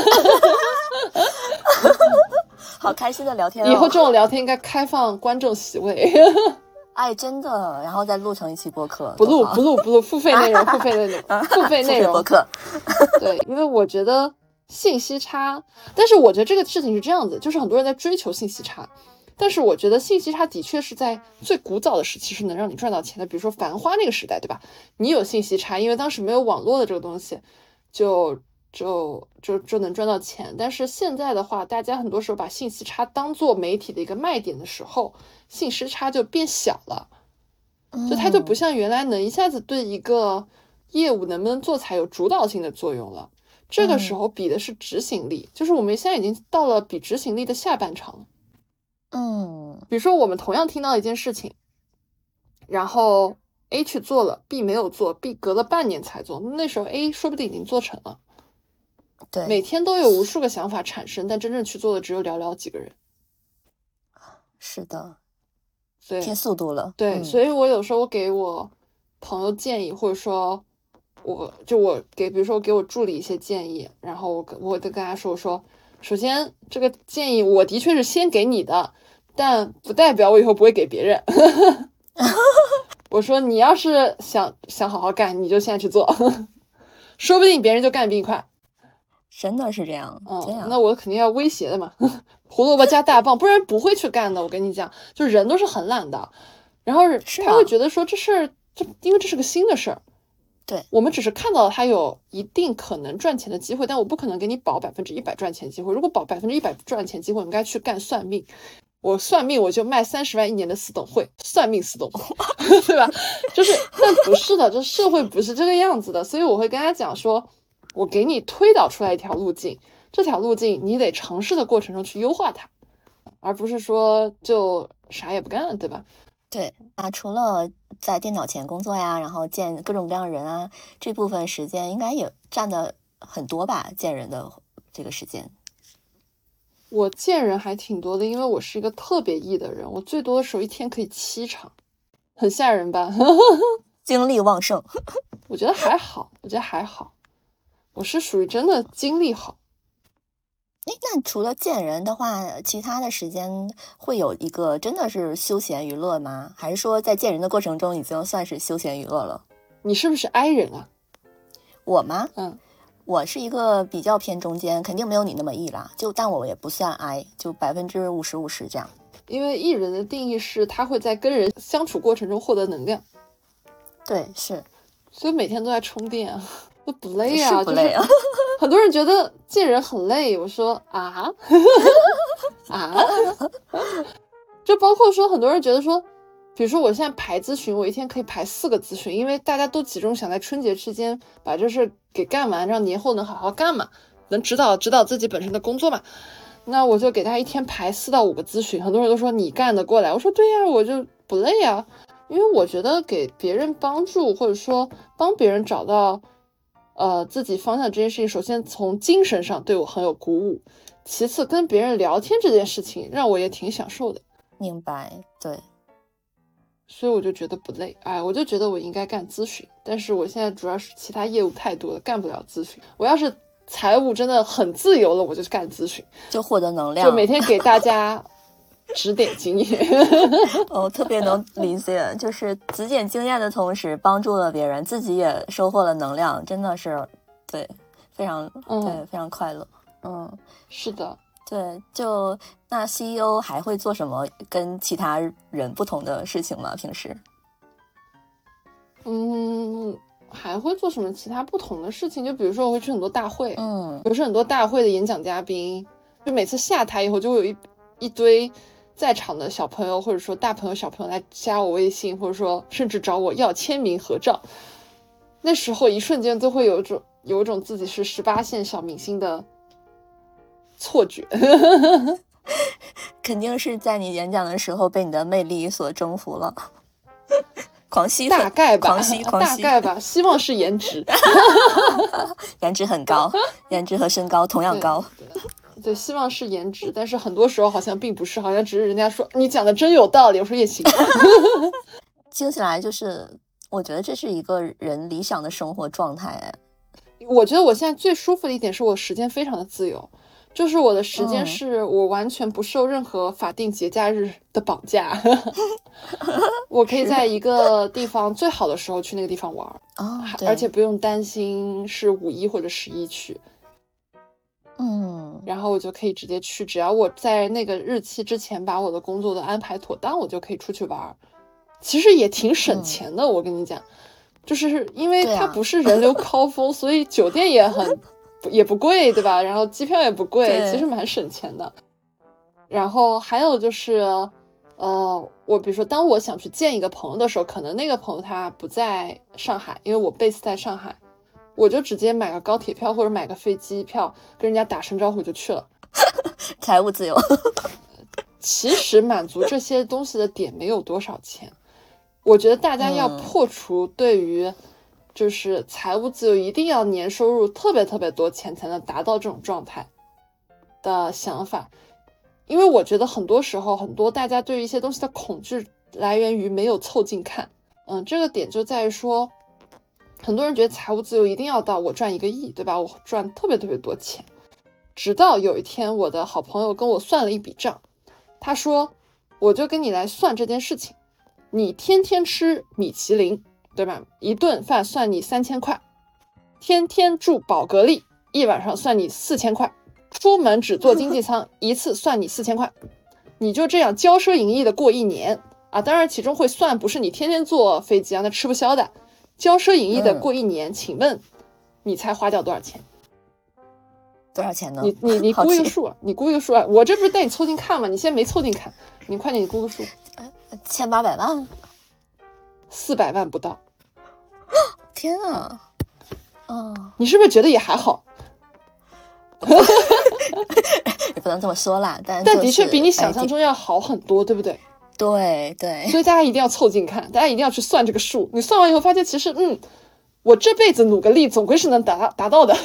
好开心的聊天哦！ 以后这种聊天应该开放观众席位。 哎，真的，然后再录成一期播客。 不录，付费内容，付费内容播客。 对，因为我觉得信息差，但是我觉得这个事情是这样子，就是很多人在追求信息差，但是我觉得信息差的确是在最古早的时期是能让你赚到钱的，比如说繁花那个时代，对吧？你有信息差，因为当时没有网络的这个东西，就能赚到钱。但是现在的话，大家很多时候把信息差当做媒体的一个卖点的时候，信息差就变小了，就它就不像原来能一下子对一个业务能不能做才有主导性的作用了。这个时候比的是执行力，就是我们现在已经到了比执行力的下半场了。比如说我们同样听到一件事情，然后 A 去做了， B 没有做， B 隔了半年才做，那时候 A 说不定已经做成了。 对， 每天都有无数个想法产生，但真正去做的只有寥寥几个人。 是的， 对， 偏速度了。 对，所以我有时候给我朋友建议，或者说比如说给我助理一些建议，然后我就跟他说，我说首先这个建议我的确是先给你的，但不代表我以后不会给别人。我说你要是想好好干，你就现在去做，说不定别人就干得比你快。 真的是这样。 那我肯定要威胁的嘛，胡萝卜加大棒，不然不会去干的。我跟你讲，就人都是很懒的，然后他会觉得说这事儿，因为这是个新的事儿， 对， 我们只是看到它有一定可能赚钱的机会，但我不可能给你保100%赚钱机会。如果保100%赚钱机会，我应该去干算命。我算命我就卖30万1年的私董会，算命私董会，对吧？但不是的，这社会不是这个样子的，所以我会跟他讲说，我给你推导出来一条路径，这条路径你得尝试的过程中去优化它，而不是说就啥也不干，对吧？ 对啊，除了在电脑前工作呀，然后见各种各样的人啊，这部分时间应该也占的很多吧？见人的这个时间， 我见人还挺多的，因为我是一个特别 E 的人，我最多的时候一天可以7场，很吓人吧？ 精力旺盛。 我觉得还好，我是属于真的精力好。 那除了见人的话，其他的时间会有一个真的是休闲娱乐吗？还是说在见人的过程中已经算是休闲娱乐了？ 你是不是 I 人啊？ 我吗？我是一个比较偏中间，肯定没有你那么 E 啦，但我也不算 I， 就50%-50%这样。 因为 E 人的定义是他会在跟人相处过程中获得能量。 对，是， 所以每天都在充电啊，都不累啊， 是不累啊。 很多人觉得见人很累，我说啊就包括说很多人觉得说，比如说我现在排咨询，我一天可以排4个咨询，因为大家都集中想在春节期间把这事给干完，让年后能好好干嘛，能指导自己本身的工作嘛。那我就给大家一天排4到5个咨询，很多人都说你干得过来，我说对呀，我就不累啊，因为我觉得给别人帮助或者说帮别人找到自己方向这件事情，首先从精神上对我很有鼓舞，其次跟别人聊天这件事情让我也挺享受的。 明白，对。 所以我就觉得不累。我就觉得我应该干咨询，但是我现在主要是其他业务太多了，干不了咨询。我要是财务真的很自由了，我就干咨询， 就获得能量， 就每天给大家指点经验。 特别能理解，就是指点经验的同时帮助了别人，自己也收获了能量，真的是对，非常对，非常快乐。 是的。 对，就那 CEO 还会做什么跟其他人不同的事情吗？平时？ 还会做什么其他不同的事情？就比如说我会去很多大会，比如说很多大会的演讲嘉宾，就每次下台以后就会有一堆在场的小朋友或者说大朋友小朋友来加我微信，或者说甚至找我要签名合照。那时候一瞬间都会有一种自己是18线小明星的错觉。 肯定是在你演讲的时候被你的魅力所征服了。狂吸大概吧， 狂吸大概吧，希望是颜值。 颜值很高，颜值和身高同样高。 对，希望是颜值，但是很多时候好像并不是，好像只是人家说你讲的真有道理，我说也行。 听起来就是我觉得这是一个人理想的生活状态。 我觉得我现在最舒服的一点是我时间非常的自由，就是我的时间是我完全不受任何法定节假日的绑架。我可以在一个地方最好的时候去那个地方玩，而且不用担心是5·1或者11去。然后我就可以直接去，只要我在那个日期之前把我的工作都安排妥当，我就可以出去玩。其实也挺省钱的，我跟你讲，就是因为它不是人流高峰，所以酒店也不贵，对吧？然后机票也不贵，其实蛮省钱的。然后还有就是我比如说当我想去见一个朋友的时候，可能那个朋友他不在上海，因为我 base 在上海，我就直接买个高铁票或者买个飞机票跟人家打声招呼就去了。 财务自由。 其实满足这些东西的点没有多少钱，我觉得大家要破除对于就是财务自由一定要年收入特别特别多钱才能达到这种状态的想法。因为我觉得很多时候很多大家对于一些东西的恐惧来源于没有凑近看。这个点就在于说，很多人觉得财务自由一定要到我赚1个亿，对吧？我赚特别特别多钱。直到有一天我的好朋友跟我算了一笔账，他说我就跟你来算这件事情，你天天吃米其林，对吧？一顿饭算你3000块，天天住宝格丽，一晚上算你4000块，出门只坐经济舱一次算你4000块，你就这样骄奢淫逸的过1年啊！当然其中会算不是你天天坐飞机啊，那吃不消的。骄奢淫逸的过1年，请问你猜花掉多少钱？ 多少钱呢？ 你估一个数啊！你估一个数啊！我这不是带你凑近看吗？你现在没凑近看，你快点，你估个数。 1800万 ，400万不到。 天啊！ 你是不是觉得也还好？ 也不能这么说啦，但的确比你想象中要好很多，对不对？ 对对。 所以大家一定要凑近看，大家一定要去算这个数。你算完以后发现，其实我这辈子努个力，总归是能达到的。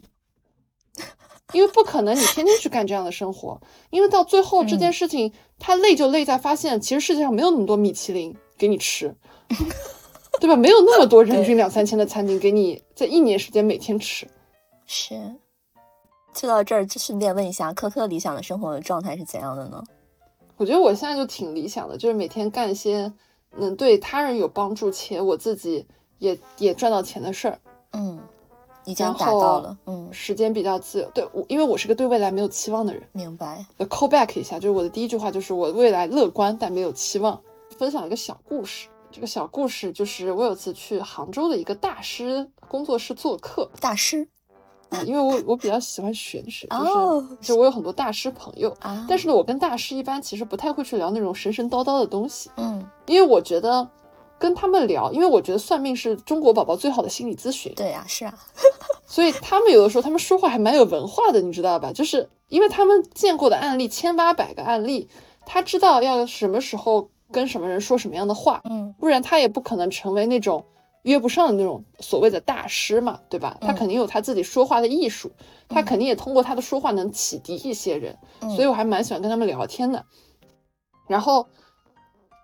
因为不可能你天天去干这样的生活，因为到最后这件事情它累就累在发现其实世界上没有那么多米其林给你吃。对吧？没有那么多人均2-3千的餐厅给你在1年时间每天吃。 是。说到这儿就顺便问一下，科科理想的生活状态是怎样的呢？ 我觉得我现在就挺理想的，就是每天干一些能对他人有帮助且我自己也赚到钱的事儿。 已经达到了。 时间比较自由。对，因为我是个对未来没有期望的人。 明白。 call back 一下，就是我的第一句话就是我未来乐观但没有期望。分享一个小故事，这个小故事就是我有次去杭州的一个大师工作室做客。 大师因为我比较喜欢玄学，就是我有很多大师朋友，但是呢，我跟大师一般其实不太会去聊那种神神叨叨的东西，因为我觉得跟他们聊，因为我觉得算命是中国宝宝最好的心理咨询。 对啊，是啊。 所以他们有的时候他们说话还蛮有文化的，你知道吧？就是因为他们见过的案例1800个案例，他知道要什么时候跟什么人说什么样的话，不然他也不可能成为那种约不上的那种所谓的大师嘛，对吧？他肯定有他自己说话的艺术，他肯定也通过他的说话能启迪一些人，所以我还蛮喜欢跟他们聊天的。然后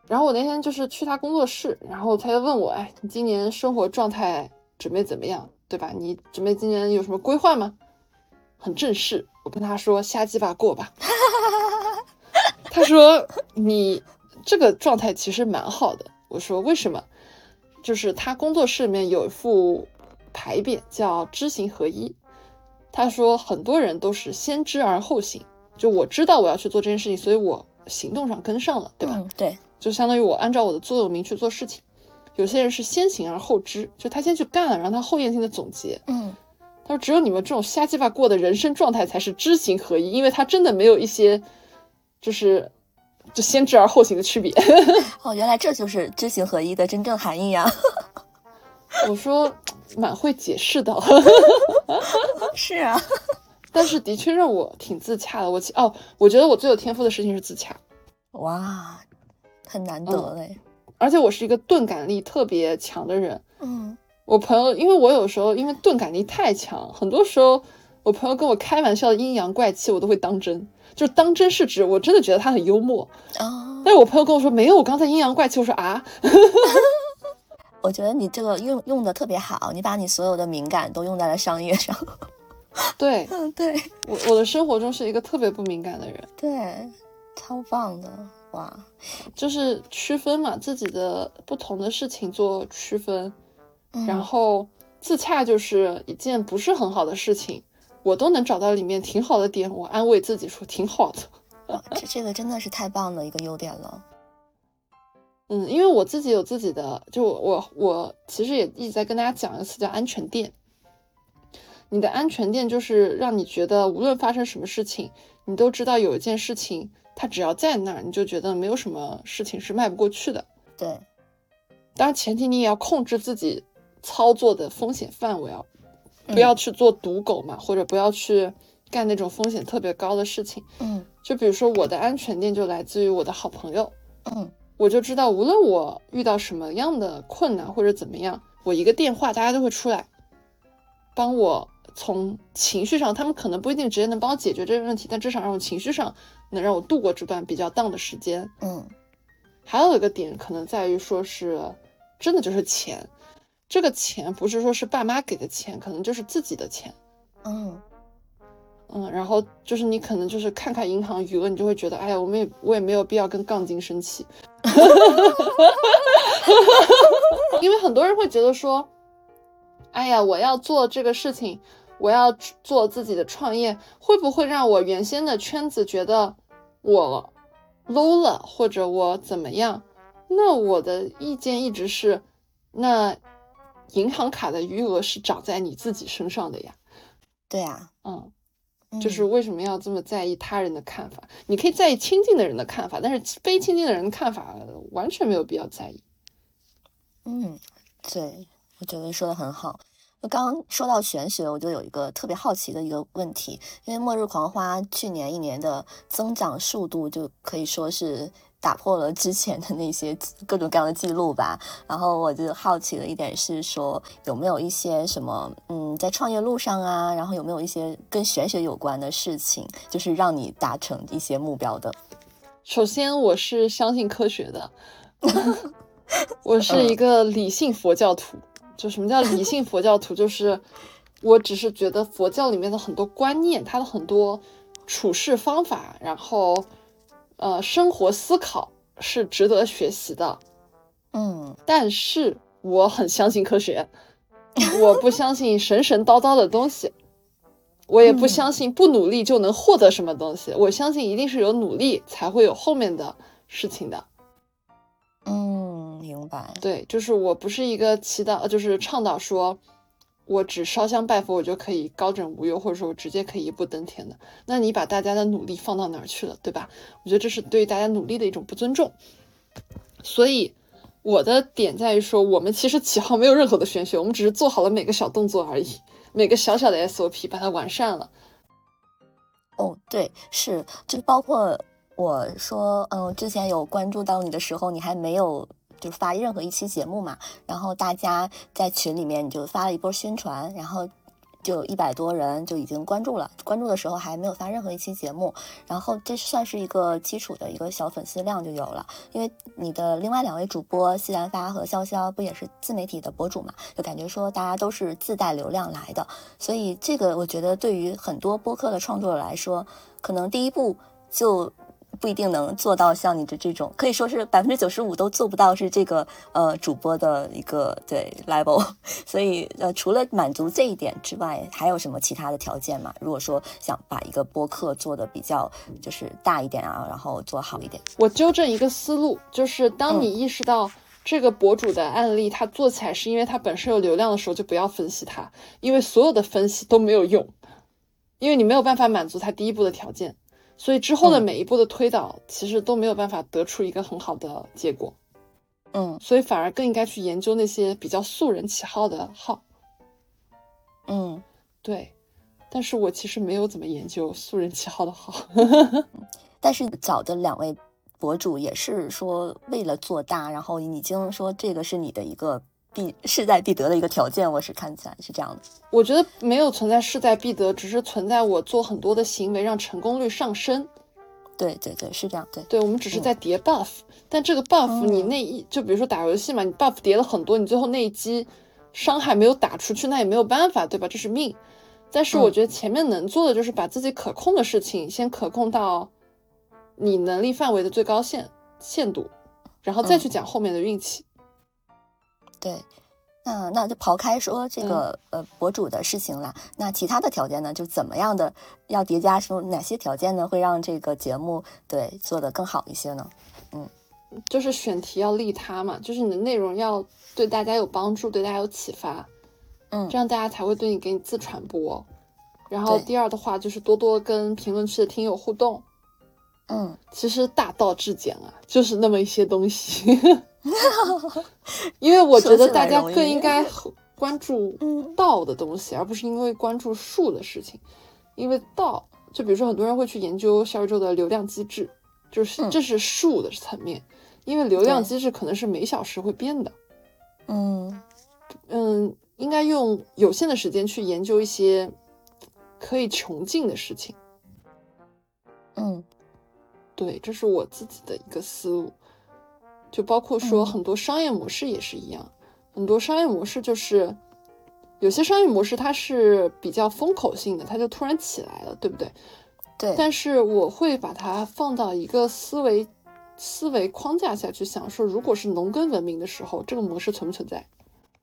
然后我那天就是去他工作室，然后他就问我，哎，你今年生活状态准备怎么样，对吧？你准备今年有什么规划吗？很正式，我跟他说瞎鸡巴过吧。他说你这个状态其实蛮好的。我说为什么？就是他工作室里面有一副牌匾叫知行合一。他说很多人都是先知而后行，就我知道我要去做这件事情，所以我行动上跟上了，对吧？ 对， 就相当于我按照我的座右铭去做事情。有些人是先行而后知，就他先去干了，然后他后验性的总结。他说只有你们这种瞎鸡巴过的人生状态才是知行合一，因为他真的没有一些就先知而后行的区别。 原来这就是知行合一的真正含义啊。 我说蛮会解释的。 是啊， 但是的确让我挺自洽的。我觉得我最有天赋的事情是自洽。 哇，很难得嘞。 而且我是一个钝感力特别强的人。我朋友，因为我有时候因为钝感力太强，很多时候我朋友跟我开玩笑的阴阳怪气我都会当真。就是当真是指我真的觉得他很幽默。但是我朋友跟我说没有，我刚才阴阳怪气。我说啊。 我觉得你这个用的特别好，你把你所有的敏感都用在了商业上。 对， 对， 我的生活中是一个特别不敏感的人。 对，超棒的。哇， 就是区分嘛，自己的不同的事情做区分。然后自洽就是一件不是很好的事情，我都能找到里面挺好的点，我安慰自己说挺好的。 这个真的是太棒的一个优点了。 因为我自己有自己的，就我其实也一直在跟大家讲一个词叫安全垫。你的安全垫就是让你觉得无论发生什么事情，你都知道有一件事情它只要在那儿，你就觉得没有什么事情是迈不过去的。 对， 当然前提你也要控制自己操作的风险范围，不要去做赌狗嘛，或者不要去干那种风险特别高的事情。就比如说我的安全垫就来自于我的好朋友。我就知道无论我遇到什么样的困难或者怎么样，我一个电话大家都会出来帮我，从情绪上他们可能不一定直接能帮我解决这个问题，但至少让我情绪上能让我度过这段比较down的时间。还有一个点可能在于说是真的就是钱，这个钱不是说是爸妈给的钱，可能就是自己的钱。然后就是你可能就是看看银行余额，你就会觉得哎呀，我也没有必要跟杠精生气。因为很多人会觉得说，哎呀，我要做这个事情，我要做自己的创业，会不会让我原先的圈子觉得我 low 了，或者我怎么样？那我的意见一直是，那银行卡的余额是长在你自己身上的呀。 对啊。 就是为什么要这么在意他人的看法？你可以在意亲近的人的看法，但是非亲近的人的看法完全没有必要在意。 对，我觉得说的很好。刚刚说到玄学，我就有一个特别好奇的一个问题，因为末日狂花去年一年的增长速度就可以说是打破了之前的那些各种各样的记录吧。然后我就好奇的一点是说，有没有一些什么在创业路上啊，然后有没有一些跟玄学有关的事情，就是让你达成一些目标的？ 首先我是相信科学的。我是一个理性佛教徒。就什么叫理性佛教徒？就是我只是觉得佛教里面的很多观念，它的很多处事方法，然后生活思考是值得学习的。但是我很相信科学，我不相信神神叨叨的东西，我也不相信不努力就能获得什么东西，我相信一定是有努力才会有后面的事情的。 明白。 对，就是我不是一个就是倡导说我只烧香拜佛我就可以高枕无忧，或者说我直接可以一步登天的。那你把大家的努力放到哪儿去了，对吧？我觉得这是对大家努力的一种不尊重。所以我的点在于说，我们其实起号没有任何的玄学，我们只是做好了每个小动作而已，每个小小的 SOP 把它完善了。 对，是，就包括我说之前有关注到你的时候，你还没有就是发任何一期节目嘛，然后大家在群里面你就发了一波宣传，然后就100多人就已经关注了，关注的时候还没有发任何一期节目，然后这算是一个基础的一个小粉丝量就有了。因为你的另外2位主播西兰发和潇潇不也是自媒体的博主嘛，就感觉说大家都是自带流量来的，所以这个我觉得对于很多播客的创作者来说，可能第一步就不一定能做到像你的这种，可以说是95%都做不到是这个主播的一个对 level。 所以除了满足这一点之外，还有什么其他的条件吗？如果说想把一个播客做的比较就是大一点啊，然后做好一点。 我纠正一个思路，就是当你意识到这个博主的案例他做起来是因为他本身有流量的时候，就不要分析他，因为所有的分析都没有用，因为你没有办法满足他第一步的条件，所以之后的每一步的推导其实都没有办法得出一个很好的结果。所以反而更应该去研究那些比较素人起号的号。对，但是我其实没有怎么研究素人起号的号。 但是找的2位博主也是说为了做大，然后已经说这个是你的一个势在必得的一个条件，我是看起来是这样的。 我觉得没有存在势在必得，只是存在我做很多的行为让成功率上升。 对，是这样。 对，我们只是在叠 buff，但这个 buff 你就比如说打游戏嘛，你 buff 叠了很多，你最后那一击伤害没有打出去，那也没有办法，对吧？这是命。但是我觉得前面能做的就是把自己可控的事情先可控到你能力范围的最高限度，然后再去讲后面的运气。 对，那就刨开说这个博主的事情了，那其他的条件呢，就怎么样的要叠加出哪些条件呢，会让这个节目对做得更好一些呢？ 就是选题要利他嘛，就是你的内容要对大家有帮助，对大家有启发，这样大家才会对你给你自传播。然后第二的话就是多多跟评论区的听友互动。其实大道至简啊，就是那么一些东西。因为我觉得大家更应该关注道的东西，而不是因为关注术的事情。因为道，就比如说很多人会去研究小宇宙的流量机制，就是这是术的层面，因为流量机制可能是每小时会变的。应该用有限的时间去研究一些可以穷尽的事情。对，这是我自己的一个思路。就包括说很多商业模式也是一样，很多商业模式就是有些商业模式它是比较风口性的，它就突然起来了，对不对？ 对。 但是我会把它放到一个思维框架下去想，说如果是农耕文明的时候，这个模式存不存在？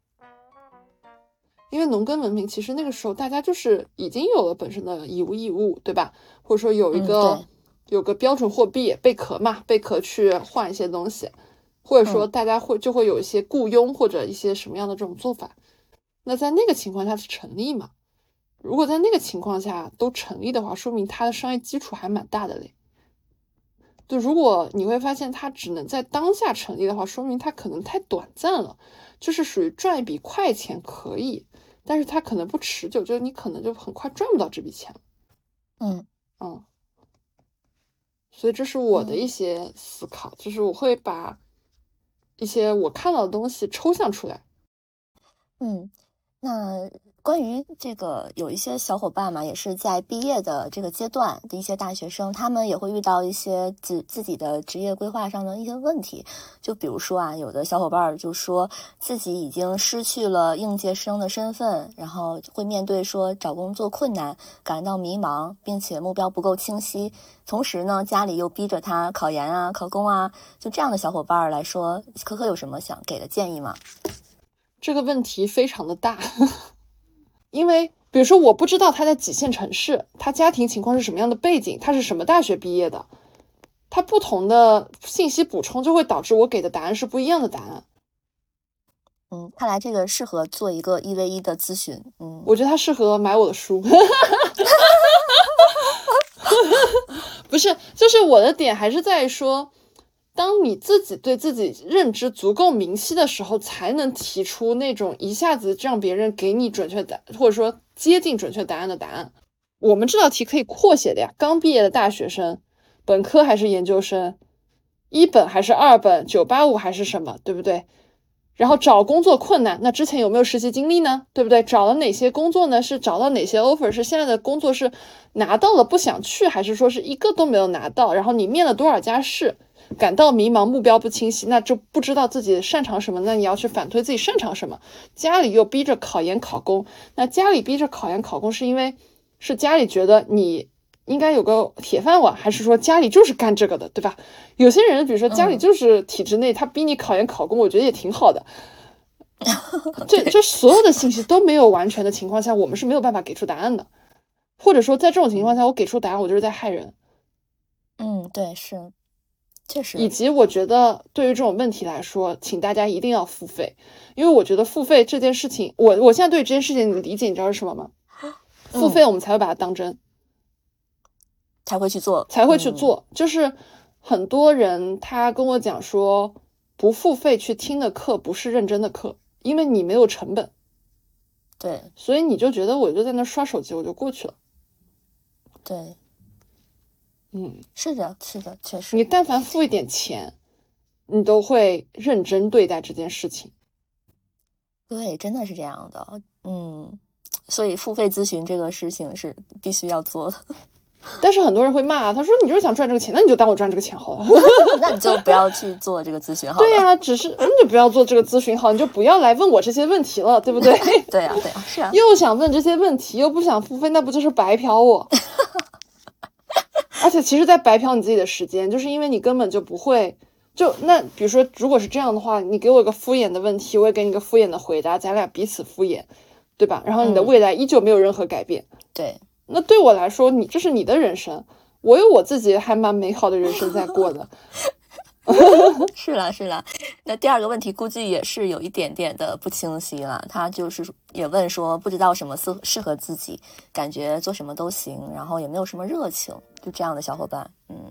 因为农耕文明其实那个时候大家就是已经有了本身的以物易物，对吧？或者说有个标准货币贝壳嘛，贝壳去换一些东西，或者说大家就会有一些雇佣或者一些什么样的这种做法。那在那个情况下是成立嘛？如果在那个情况下都成立的话，说明它的商业基础还蛮大的嘞。就如果你会发现它只能在当下成立的话，说明它可能太短暂了，就是属于赚一笔快钱可以，但是它可能不持久，就是你可能就很快赚不到这笔钱。所以这是我的一些思考，就是我会把一些我看到的东西抽象出来。 那关于这个，有一些小伙伴嘛，也是在毕业的这个阶段的一些大学生，他们也会遇到一些自己的职业规划上的一些问题。就比如说啊，有的小伙伴就说自己已经失去了应届生的身份，然后会面对说找工作困难，感到迷茫，并且目标不够清晰。同时呢，家里又逼着他考研啊、考公啊，就这样的小伙伴来说，可可有什么想给的建议吗？ 这个问题非常的大。因为比如说我不知道他在几线城市，他家庭情况是什么样的背景，他是什么大学毕业的，他不同的信息补充就会导致我给的答案是不一样的答案。 看来这个适合做一个1v1的咨询。 我觉得他适合买我的书。不是，就是我的点还是在于说，当你自己对自己认知足够明晰的时候，才能提出那种一下子让别人给你准确答案，或者说接近准确答案的答案。我们这道题可以扩写的呀，刚毕业的大学生，本科还是研究生，一本还是二本，985还是什么，对不对？ 然后找工作困难，那之前有没有实习经历呢？对不对？找了哪些工作呢？是找到哪些 offer？是现在的工作是拿到了不想去，还是说是一个都没有拿到？然后你面了多少家试，感到迷茫，目标不清晰，那就不知道自己擅长什么，那你要去反推自己擅长什么。家里又逼着考研考公，那家里逼着考研考公是因为是家里觉得你应该有个铁饭碗，还是说家里就是干这个的，对吧？有些人比如说家里就是体制内，他逼你考研考公，我觉得也挺好的。这所有的信息都没有完全的情况下，我们是没有办法给出答案的，或者说在这种情况下，我给出答案，我就是在害人。 对，是，确实。 以及我觉得对于这种问题来说，请大家一定要付费，因为我觉得付费这件事情，我现在对这件事情的理解，你知道是什么吗？付费我们才会把它当真。 才会去做， 就是很多人他跟我讲说，不付费去听的课不是认真的课，因为你没有成本。 对， 所以你就觉得我就在那刷手机，我就过去了。 对，是的，确实。 你但凡付一点钱，你都会认真对待这件事情。 对，真的是这样的。所以付费咨询这个事情是必须要做的。 但是很多人会骂，他说你就是想赚这个钱，那你就当我赚这个钱好了。 那你就不要去做这个咨询好了。 对呀，只是你就不要做这个咨询好，你就不要来问我这些问题了，对不对？ 对啊，是啊。 又想问这些问题，又不想付费，那不就是白嫖我？而且其实在白嫖你自己的时间，就是因为你根本就不会。那比如说，如果是这样的话，你给我一个敷衍的问题，我也给你一个敷衍的回答，咱俩彼此敷衍，对吧？然后你的未来依旧没有任何改变。 对。 那对我来说，这是你的人生，我有我自己还蛮美好的人生在过的。 是啦。那第二个问题估计也是有一点点的不清晰了。他就是也问说，不知道什么适合自己，感觉做什么都行，然后也没有什么热情，就这样的小伙伴。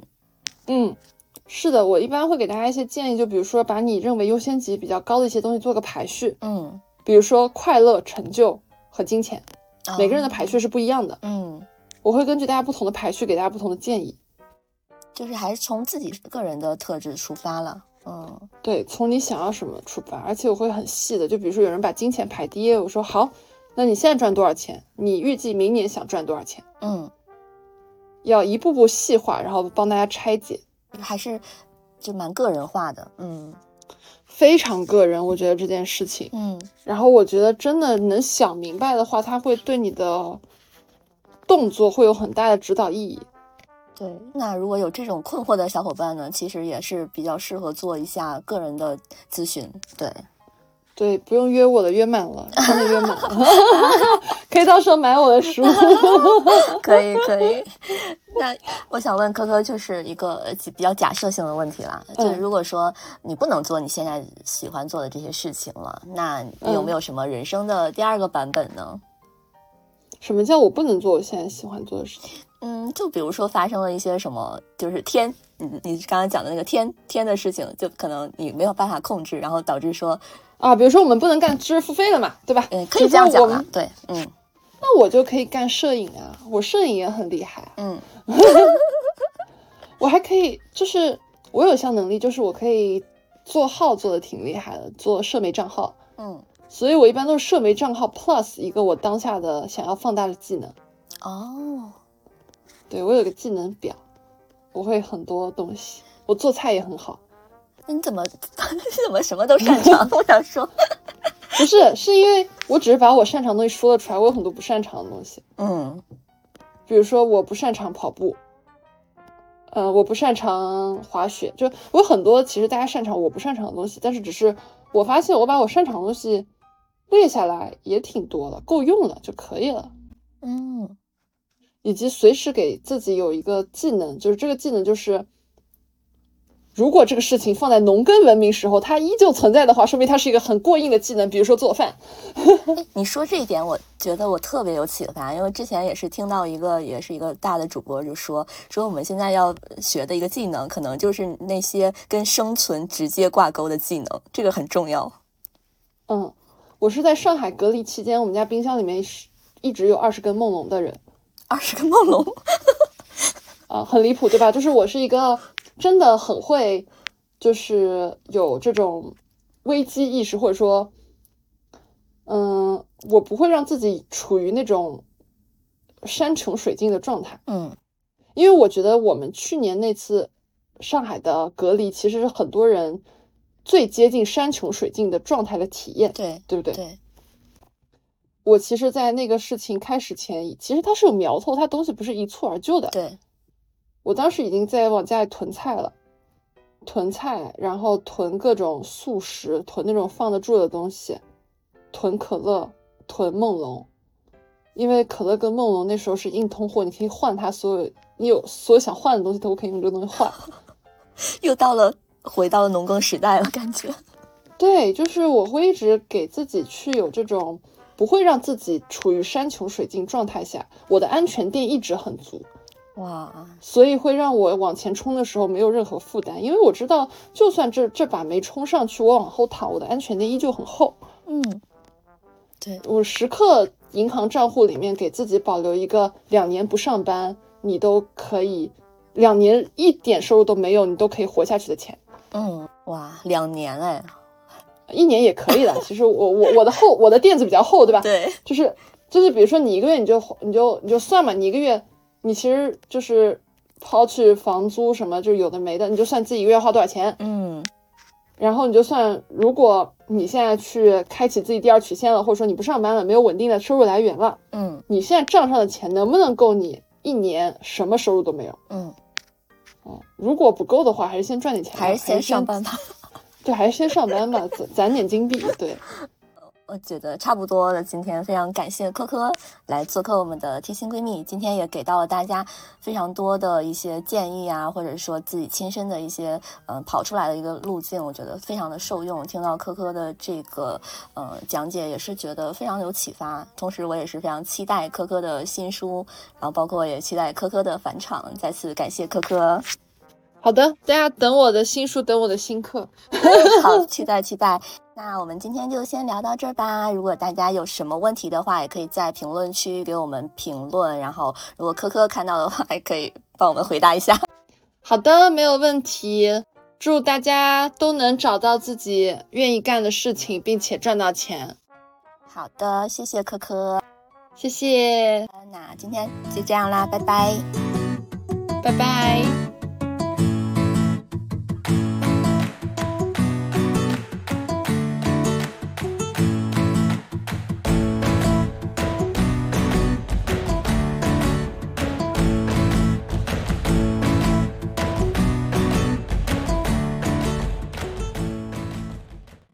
是的，我一般会给大家一些建议，就比如说把你认为优先级比较高的一些东西做个排序。比如说快乐、成就和金钱。每个人的排序是不一样的。我会根据大家不同的排序给大家不同的建议， 就是还是从自己个人的特质出发了。 对，从你想要什么出发，而且我会很细的，就比如说有人把金钱排第一，我说好，那你现在赚多少钱？你预计明年想赚多少钱？要一步步细化，然后帮大家拆解， 还是就蛮个人化的。 非常个人，我觉得这件事情。然后我觉得真的能想明白的话，它会对你的动作会有很大的指导意义。 对，那如果有这种困惑的小伙伴呢，其实也是比较适合做一下个人的咨询。 对，不用约我的，约满了，真的约满了。可以到时候买我的书。 可以。那我想问科科，就是一个比较假设性的问题啦，就是如果说你不能做你现在喜欢做的这些事情了，那你有没有什么人生的第二个版本呢？ 什么叫我不能做我现在喜欢做的事情？ 就比如说发生了一些什么，就是你刚刚讲的那个天的事情，就可能你没有办法控制，然后导致说比如说我们不能干知识付费了嘛，对吧？ 可以这样讲啊。对， 那我就可以干摄影啊，我摄影也很厉害。我还可以，就是我有项能力，就是我可以做号做的挺厉害的，做社媒账号。所以我一般都是社媒账号 plus 一个我当下的想要放大的技能。对，我有个技能表，我会很多东西，我做菜也很好。 你怎么什么都擅长？我想说， 不是，是因为我只是把我擅长的东西说了出来，我有很多不擅长的东西。比如说我不擅长跑步，我不擅长滑雪，就我有很多其实大家擅长我不擅长的东西，但是只是我发现我把我擅长的东西列下来也挺多了，够用了就可以了。以及随时给自己有一个技能，就是这个技能就是如果这个事情放在农耕文明时候它依旧存在的话，说明它是一个很过硬的技能，比如说做饭。 你说这一点我觉得我特别有启发，因为之前也是听到也是一个大的主播就说我们现在要学的一个技能可能就是那些跟生存直接挂钩的技能，这个很重要。 我是在上海隔离期间，我们家冰箱里面一直有20根梦龙的人。 20根梦龙很离谱对吧？就是我是一个真的很会就是有这种危机意识，或者说我不会让自己处于那种山穷水尽的状态。因为我觉得我们去年那次上海的隔离，其实是很多人最接近山穷水尽的状态的体验，对不对？ 对。 我其实在那个事情开始前，其实它是有苗头，它东西不是一蹴而就的。 对， 我当时已经在往家里囤菜了，囤菜，然后囤各种速食，囤那种放得住的东西，囤可乐，囤梦龙，因为可乐跟梦龙那时候是硬通货，你可以换它所有，你有所有想换的东西都可以用这个东西换。 又回到了农耕时代了，感觉。 对，就是我会一直给自己去有这种不会让自己处于山穷水尽状态下，我的安全垫一直很足。 哇， 所以会让我往前冲的时候没有任何负担，因为我知道就算这把没冲上去，我往后躺，我的安全垫依旧很厚。 对， 我时刻银行账户里面给自己保留一个2年不上班你都可以，2年一点收入都没有你都可以活下去的钱。 哇，2年哎 ，1年也可以的。其实我的垫子比较厚，对吧？ 对， 就是比如说你1个月你就算嘛，你1个月你其实就是抛去房租什么就有的没的，你就算自己1个月花多少钱，然后你就算如果你现在去开启自己第2曲线了，或者说你不上班了，没有稳定的收入来源了，你现在账上的钱能不能够你1年什么收入都没有？如果不够的话，还是先赚点钱吧， 还是先上班吧。 对，还是先上班吧，攒点金币。对， 我觉得差不多了。今天非常感谢科科来做客我们的贴心闺蜜，今天也给到了大家非常多的一些建议啊，或者说自己亲身的一些跑出来的一个路径，我觉得非常的受用。听到科科的这个讲解，也是觉得非常有启发。同时，我也是非常期待科科的新书，然后包括也期待科科的返场。再次感谢科科。 好的，大家等我的新书，等我的新课。 好，期待。那我们今天就先聊到这儿吧。如果大家有什么问题的话，也可以在评论区给我们评论，然后如果科科看到的话，也可以帮我们回答一下。 好的，没有问题。祝大家都能找到自己愿意干的事情，并且赚到钱。 好的，谢谢科科， 谢谢。 那今天就这样啦，拜拜， 拜拜。